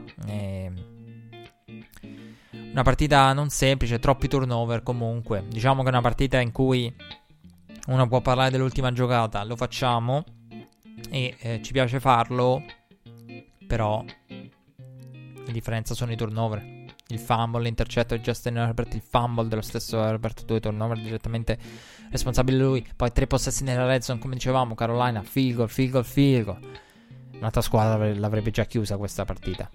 una partita non semplice, troppi turnover. Comunque diciamo che è una partita in cui uno può parlare dell'ultima giocata, lo facciamo e ci piace farlo, però la differenza sono i turnover, il fumble, l'intercetto di Justin Herbert, il fumble dello stesso Herbert, 2 turnover direttamente responsabile lui. Poi 3 possessi nella red zone, come dicevamo. Carolina field goal. Un'altra squadra l'avrebbe già chiusa questa partita,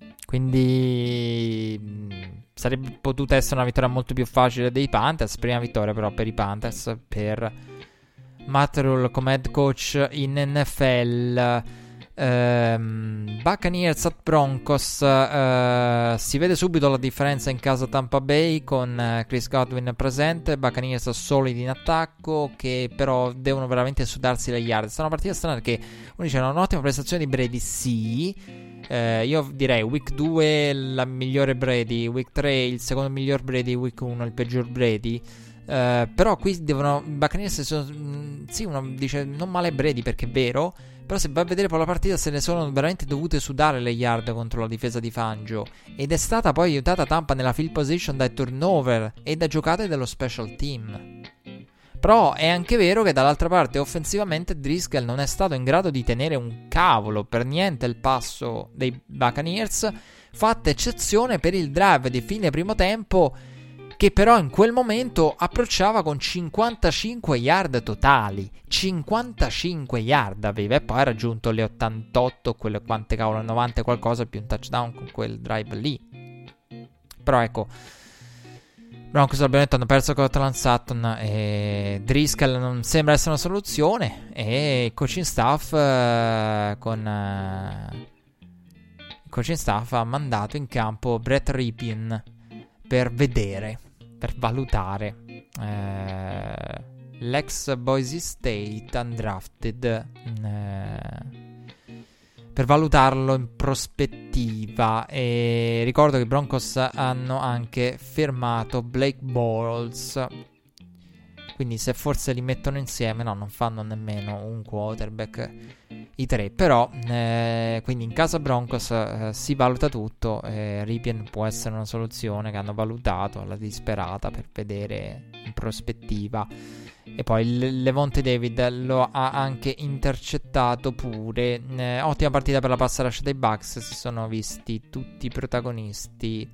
quindi sarebbe potuta essere una vittoria molto più facile dei Panthers. Prima vittoria però per i Panthers, per Matt Rule come head coach in NFL. Buccaneers at Broncos, si vede subito la differenza in casa Tampa Bay con Chris Godwin presente. Buccaneers solidi in attacco, che però devono veramente sudarsi le yard. È stata una partita strana perché uno dice un'ottima prestazione di Brady, sì. Io direi week 2 la migliore Brady, week 3 il secondo miglior Brady, week 1 il peggior Brady. Però qui devono Buccaneers sì, uno dice non male Brady, perché è vero, però se vai a vedere poi la partita se ne sono veramente dovute sudare le yard contro la difesa di Fangio, ed è stata poi aiutata Tampa nella field position dai turnover e da giocate dello special team. Però è anche vero che dall'altra parte offensivamente Driscoll non è stato in grado di tenere un cavolo per niente il passo dei Buccaneers, fatta eccezione per il drive di fine primo tempo, che però in quel momento approcciava con 55 yard totali. 55 yard aveva, e poi ha raggiunto le 88, quelle quante cavolo, 90 qualcosa più un touchdown con quel drive lì. Però ecco, Broncos, abbiamo detto, hanno perso Cortland Sutton e Driscoll non sembra essere una soluzione, e il coaching staff il coaching staff ha mandato in campo Brett Rypien per vedere, per valutare l'ex Boise State undrafted, per valutarlo in prospettiva. E ricordo che i Broncos hanno anche fermato Blake Bortles, quindi se forse li mettono insieme, no, non fanno nemmeno un quarterback i tre, però quindi in casa Broncos si valuta tutto. Rypien può essere una soluzione che hanno valutato alla disperata per vedere in prospettiva. E poi Levante David lo ha anche intercettato pure. Ottima partita per la pass rush dei Bucks. Si sono visti tutti i protagonisti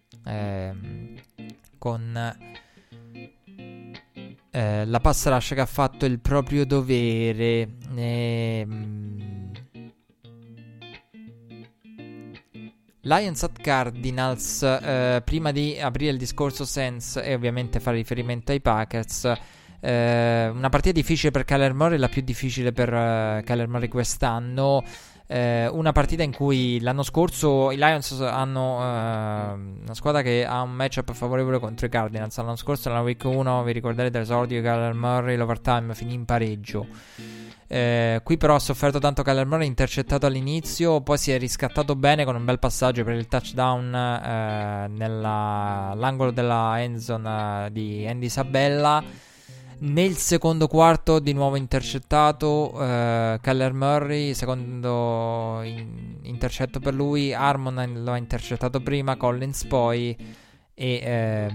con la pass rush che ha fatto il proprio dovere. Lions at Cardinals. Prima di aprire il discorso Saints e ovviamente fare riferimento ai Packers, una partita difficile per Kyler Murray, la più difficile per Kyler Murray quest'anno. Una partita in cui l'anno scorso i Lions hanno una squadra che ha un matchup favorevole contro i Cardinals. L'anno scorso nella week 1, vi ricorderete l'esordio di Kyler Murray, l'overtime finì in pareggio. Qui però ha sofferto tanto Kyler Murray, intercettato all'inizio, poi si è riscattato bene con un bel passaggio per il touchdown nell'angolo della endzone di Andy Sabella. Nel secondo quarto di nuovo intercettato Kyler Murray, secondo intercetto per lui. Harmon lo ha intercettato prima, Collins poi, e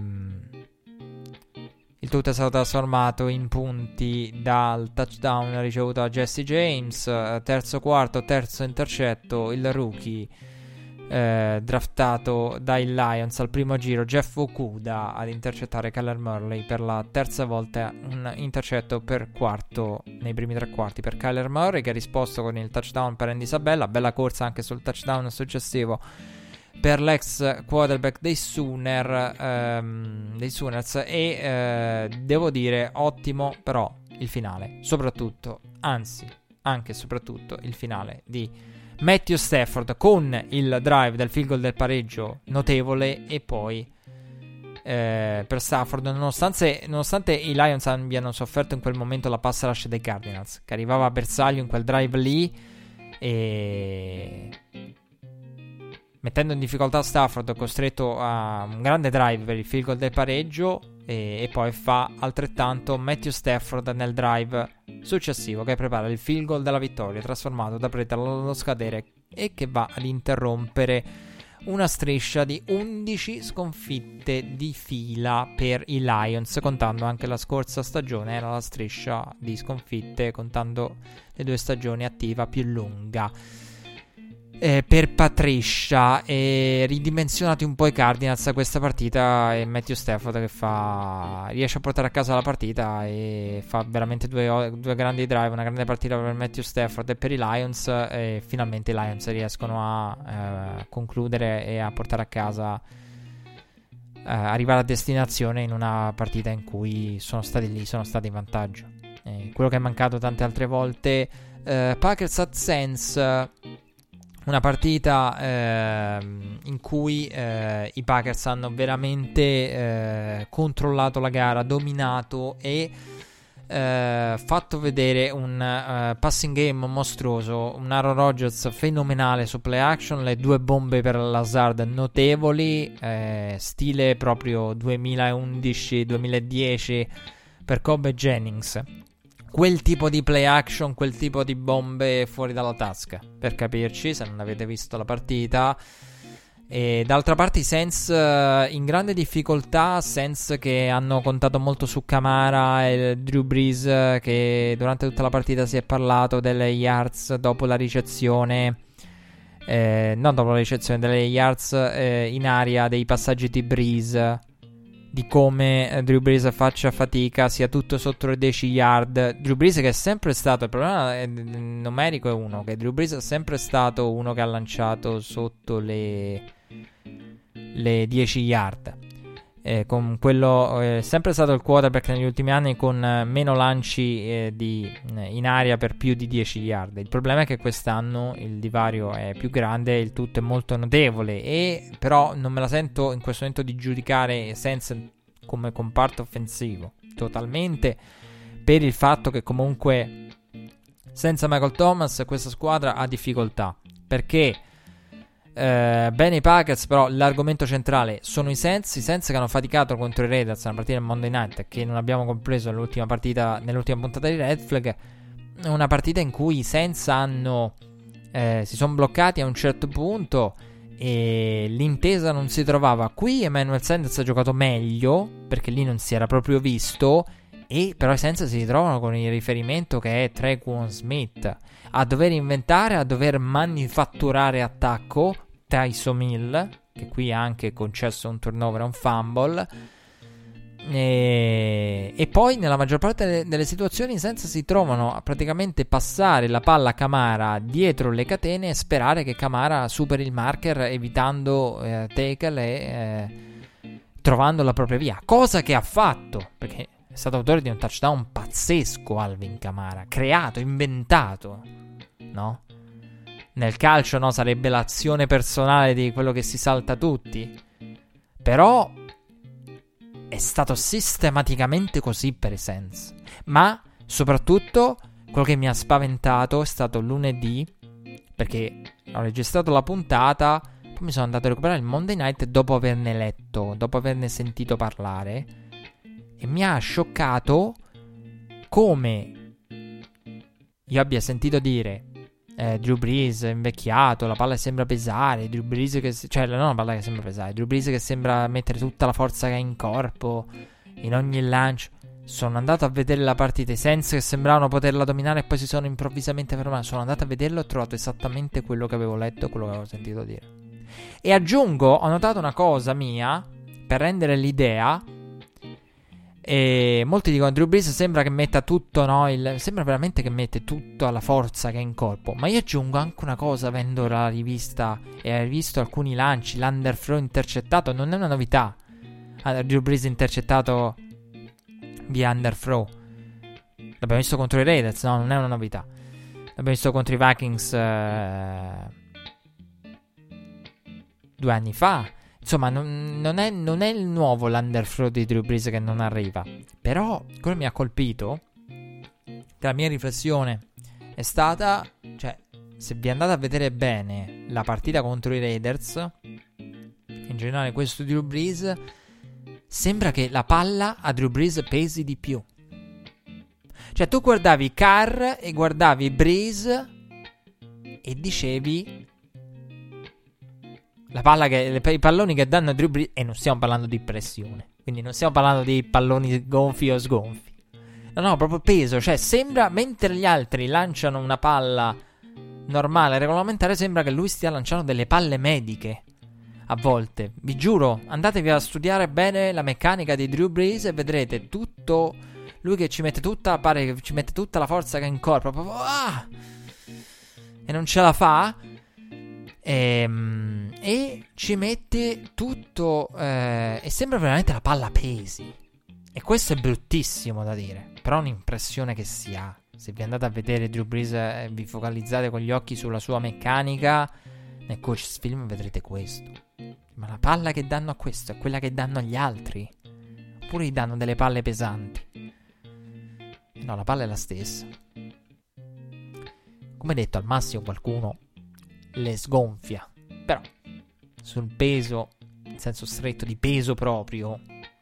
il tutto è stato trasformato in punti dal touchdown ricevuto da Jesse James. Terzo quarto, terzo intercetto, il rookie draftato dai Lions al primo giro, Jeff Okudah, ad intercettare Kyler Murray per la terza volta. Un intercetto per quarto nei primi tre quarti per Kyler Murray, che ha risposto con il touchdown per Andy Sabella. Bella corsa anche sul touchdown successivo per l'ex quarterback dei Sooners, e devo dire ottimo però il finale, soprattutto, anzi anche e soprattutto il finale di Matthew Stafford con il drive del field goal del pareggio notevole. E poi per Stafford, nonostante i Lions abbiano sofferto in quel momento la pass rush dei Cardinals, che arrivava a bersaglio in quel drive lì, e mettendo in difficoltà Stafford, costretto a un grande drive per il field goal del pareggio, e poi fa altrettanto Matthew Stafford nel drive successivo, che prepara il field goal della vittoria, trasformato da prete allo scadere, e che va ad interrompere una striscia di 11 sconfitte di fila per i Lions, contando anche la scorsa stagione. Era la striscia di sconfitte contando le due stagioni attiva più lunga per Patricia. E ridimensionati un po' i Cardinals a questa partita, e Matthew Stafford che riesce a portare a casa la partita e fa veramente due grandi drive, una grande partita per Matthew Stafford e per i Lions, e finalmente i Lions riescono a concludere e a portare a casa, arrivare a destinazione in una partita in cui sono stati in vantaggio. Quello che è mancato tante altre volte. Packers at Saints, una partita in cui i Packers hanno veramente controllato la gara, dominato e fatto vedere un passing game mostruoso, un Aaron Rodgers fenomenale su play action, le due bombe per Lazard notevoli, stile proprio 2011-2010 per Cobb e Jennings. Quel tipo di play action, quel tipo di bombe fuori dalla tasca, per capirci, se non avete visto la partita. E d'altra parte i Saints in grande difficoltà, Saints che hanno contato molto su Kamara e Drew Brees, che durante tutta la partita si è parlato delle yards dopo la ricezione, non dopo la ricezione, delle yards in aria dei passaggi di Brees, di come Drew Brees faccia fatica, sia tutto sotto le 10 yard. Drew Brees che è sempre stato, il problema numerico è uno, che Drew Brees è sempre stato uno che ha lanciato sotto le 10 yard. con quello sempre stato il quarterback negli ultimi anni con meno lanci in aria per più di 10 yard. Il problema è che quest'anno il divario è più grande, il tutto è molto notevole, e però non me la sento in questo momento di giudicare Saints come comparto offensivo totalmente, per il fatto che comunque senza Michael Thomas questa squadra ha difficoltà, perché bene i Packers, però l'argomento centrale sono i Saints che hanno faticato contro i Raiders, una partita del Monday Night che non abbiamo compreso nell'ultima puntata di Red Flag, una partita in cui i Saints si sono bloccati a un certo punto e l'intesa non si trovava. Qui Emmanuel Sanders ha giocato meglio perché lì non si era proprio visto, e però i Saints si ritrovano con il riferimento che è Tre'Quan Smith a dover inventare, a dover manifatturare attacco. Tyson Hill, che qui ha anche concesso un turnover e un fumble, e poi nella maggior parte delle situazioni i Saints si trovano a praticamente passare la palla a Kamara dietro le catene e sperare che Kamara superi il marker evitando tackle e trovando la propria via, cosa che ha fatto, perché è stato autore di un touchdown pazzesco Alvin Kamara, creato, inventato, no? Nel calcio, no, sarebbe l'azione personale di quello che si salta tutti, però è stato sistematicamente così per i Saints. Ma soprattutto quello che mi ha spaventato è stato lunedì, perché ho registrato la puntata, poi mi sono andato a recuperare il Monday Night dopo averne letto, dopo averne sentito parlare, e mi ha scioccato come io abbia sentito dire Drew Brees è invecchiato, la palla sembra pesare, Drew Brees non la palla che sembra pesare, Drew Brees che sembra mettere tutta la forza che ha in corpo in ogni lancio. Sono andato a vedere la partita, i Saints che sembravano poterla dominare e poi si sono improvvisamente fermati. Sono andato a vederlo e ho trovato esattamente quello che avevo letto, quello che avevo sentito dire. E aggiungo, ho notato una cosa mia per rendere l'idea. E molti dicono Drew Brees sembra che metta tutto, no? Sembra veramente che mette tutto alla forza che ha in corpo. Ma io aggiungo anche una cosa, avendo la rivista e visto alcuni lanci, l'underthrow intercettato non è una novità. Drew Brees intercettato via underthrow l'abbiamo visto contro i Raiders, no? Non è una novità. L'abbiamo visto contro i Vikings 2 anni fa. Insomma, non è il nuovo l'underthrow di Drew Brees che non arriva. Però quello mi ha colpito, che la mia riflessione è stata, cioè, se vi andate a vedere bene la partita contro i Raiders, in generale questo Drew Brees, sembra che la palla a Drew Brees pesi di più. Cioè tu guardavi Carr e guardavi Brees e dicevi la palla i palloni che danno a Drew Brees, e non stiamo parlando di pressione, quindi non stiamo parlando di palloni gonfi o sgonfi, no, proprio peso. Cioè sembra, mentre gli altri lanciano una palla normale, regolamentare, sembra che lui stia lanciando delle palle mediche a volte. Vi giuro, andatevi a studiare bene la meccanica di Drew Brees e vedrete tutto, lui che ci mette tutta, pare che ci mette tutta la forza che ha in corpo, proprio, e non ce la fa. E ci mette tutto e sembra veramente la palla pesi, e questo è bruttissimo da dire, però è un'impressione che si ha. Se vi andate a vedere Drew Brees vi focalizzate con gli occhi sulla sua meccanica nel coach's film, vedrete questo. Ma la palla che danno a questo è quella che danno agli altri, oppure gli danno delle palle pesanti? No, la palla è la stessa. Come detto, al massimo qualcuno le sgonfia, però sul peso, in senso stretto di peso proprio,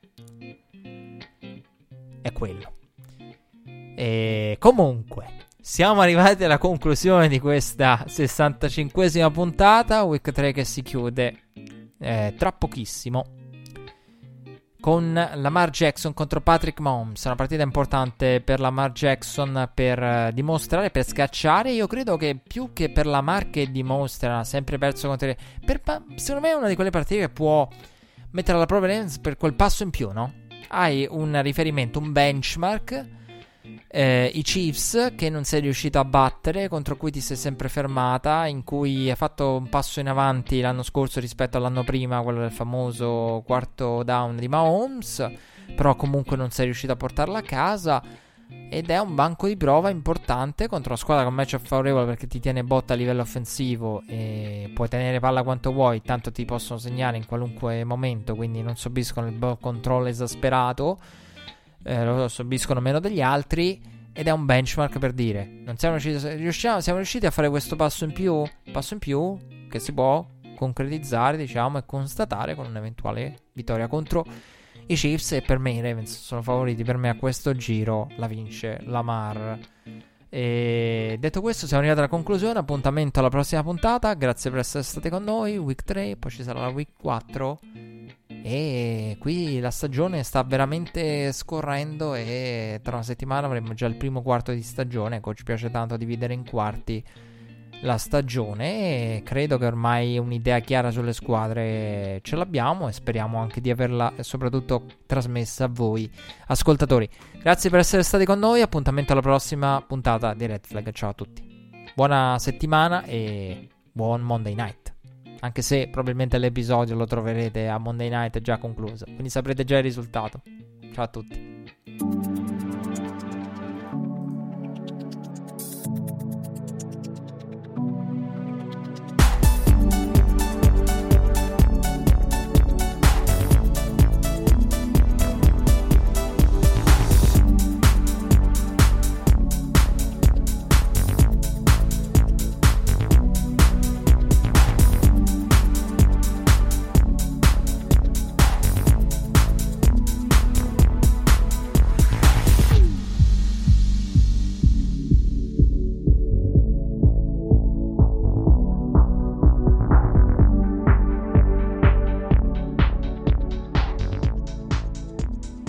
è quello. E comunque siamo arrivati alla conclusione di questa 65esima puntata, week 3 che si chiude tra pochissimo con Lamar Jackson contro Patrick Mahomes. Una partita importante per Lamar Jackson per dimostrare, per scacciare. Io credo che più che per Lamar, che dimostra sempre perso contro secondo me è una di quelle partite che può mettere alla prova per quel passo in più, no? Hai un riferimento, un benchmark I Chiefs, che non sei riuscito a battere, contro cui ti sei sempre fermata, in cui hai fatto un passo in avanti l'anno scorso rispetto all'anno prima, quello del famoso quarto down di Mahomes, però comunque non sei riuscito a portarla a casa. Ed è un banco di prova importante contro una squadra con match favorevole, perché ti tiene botta a livello offensivo e puoi tenere palla quanto vuoi, tanto ti possono segnare in qualunque momento, quindi non subiscono il ball control esasperato, lo subiscono meno degli altri. Ed è un benchmark per dire: non siamo riusciti a fare questo passo in più che si può concretizzare, diciamo, e constatare con un'eventuale vittoria contro i Chiefs. E per me i Ravens sono favoriti, per me a questo giro la vince Lamar. E detto questo, siamo arrivati alla conclusione. Appuntamento alla prossima puntata, grazie per essere stati con noi. Week 3, poi ci sarà la Week 4 e qui la stagione sta veramente scorrendo e tra una settimana avremo già il primo quarto di stagione. Coach piace tanto dividere in quarti la stagione e credo che ormai un'idea chiara sulle squadre ce l'abbiamo e speriamo anche di averla soprattutto trasmessa a voi ascoltatori. Grazie per essere stati con noi, appuntamento alla prossima puntata di Red Flag. Ciao a tutti, buona settimana e buon Monday Night, anche se probabilmente l'episodio lo troverete a Monday Night già concluso, quindi saprete già il risultato. Ciao a tutti.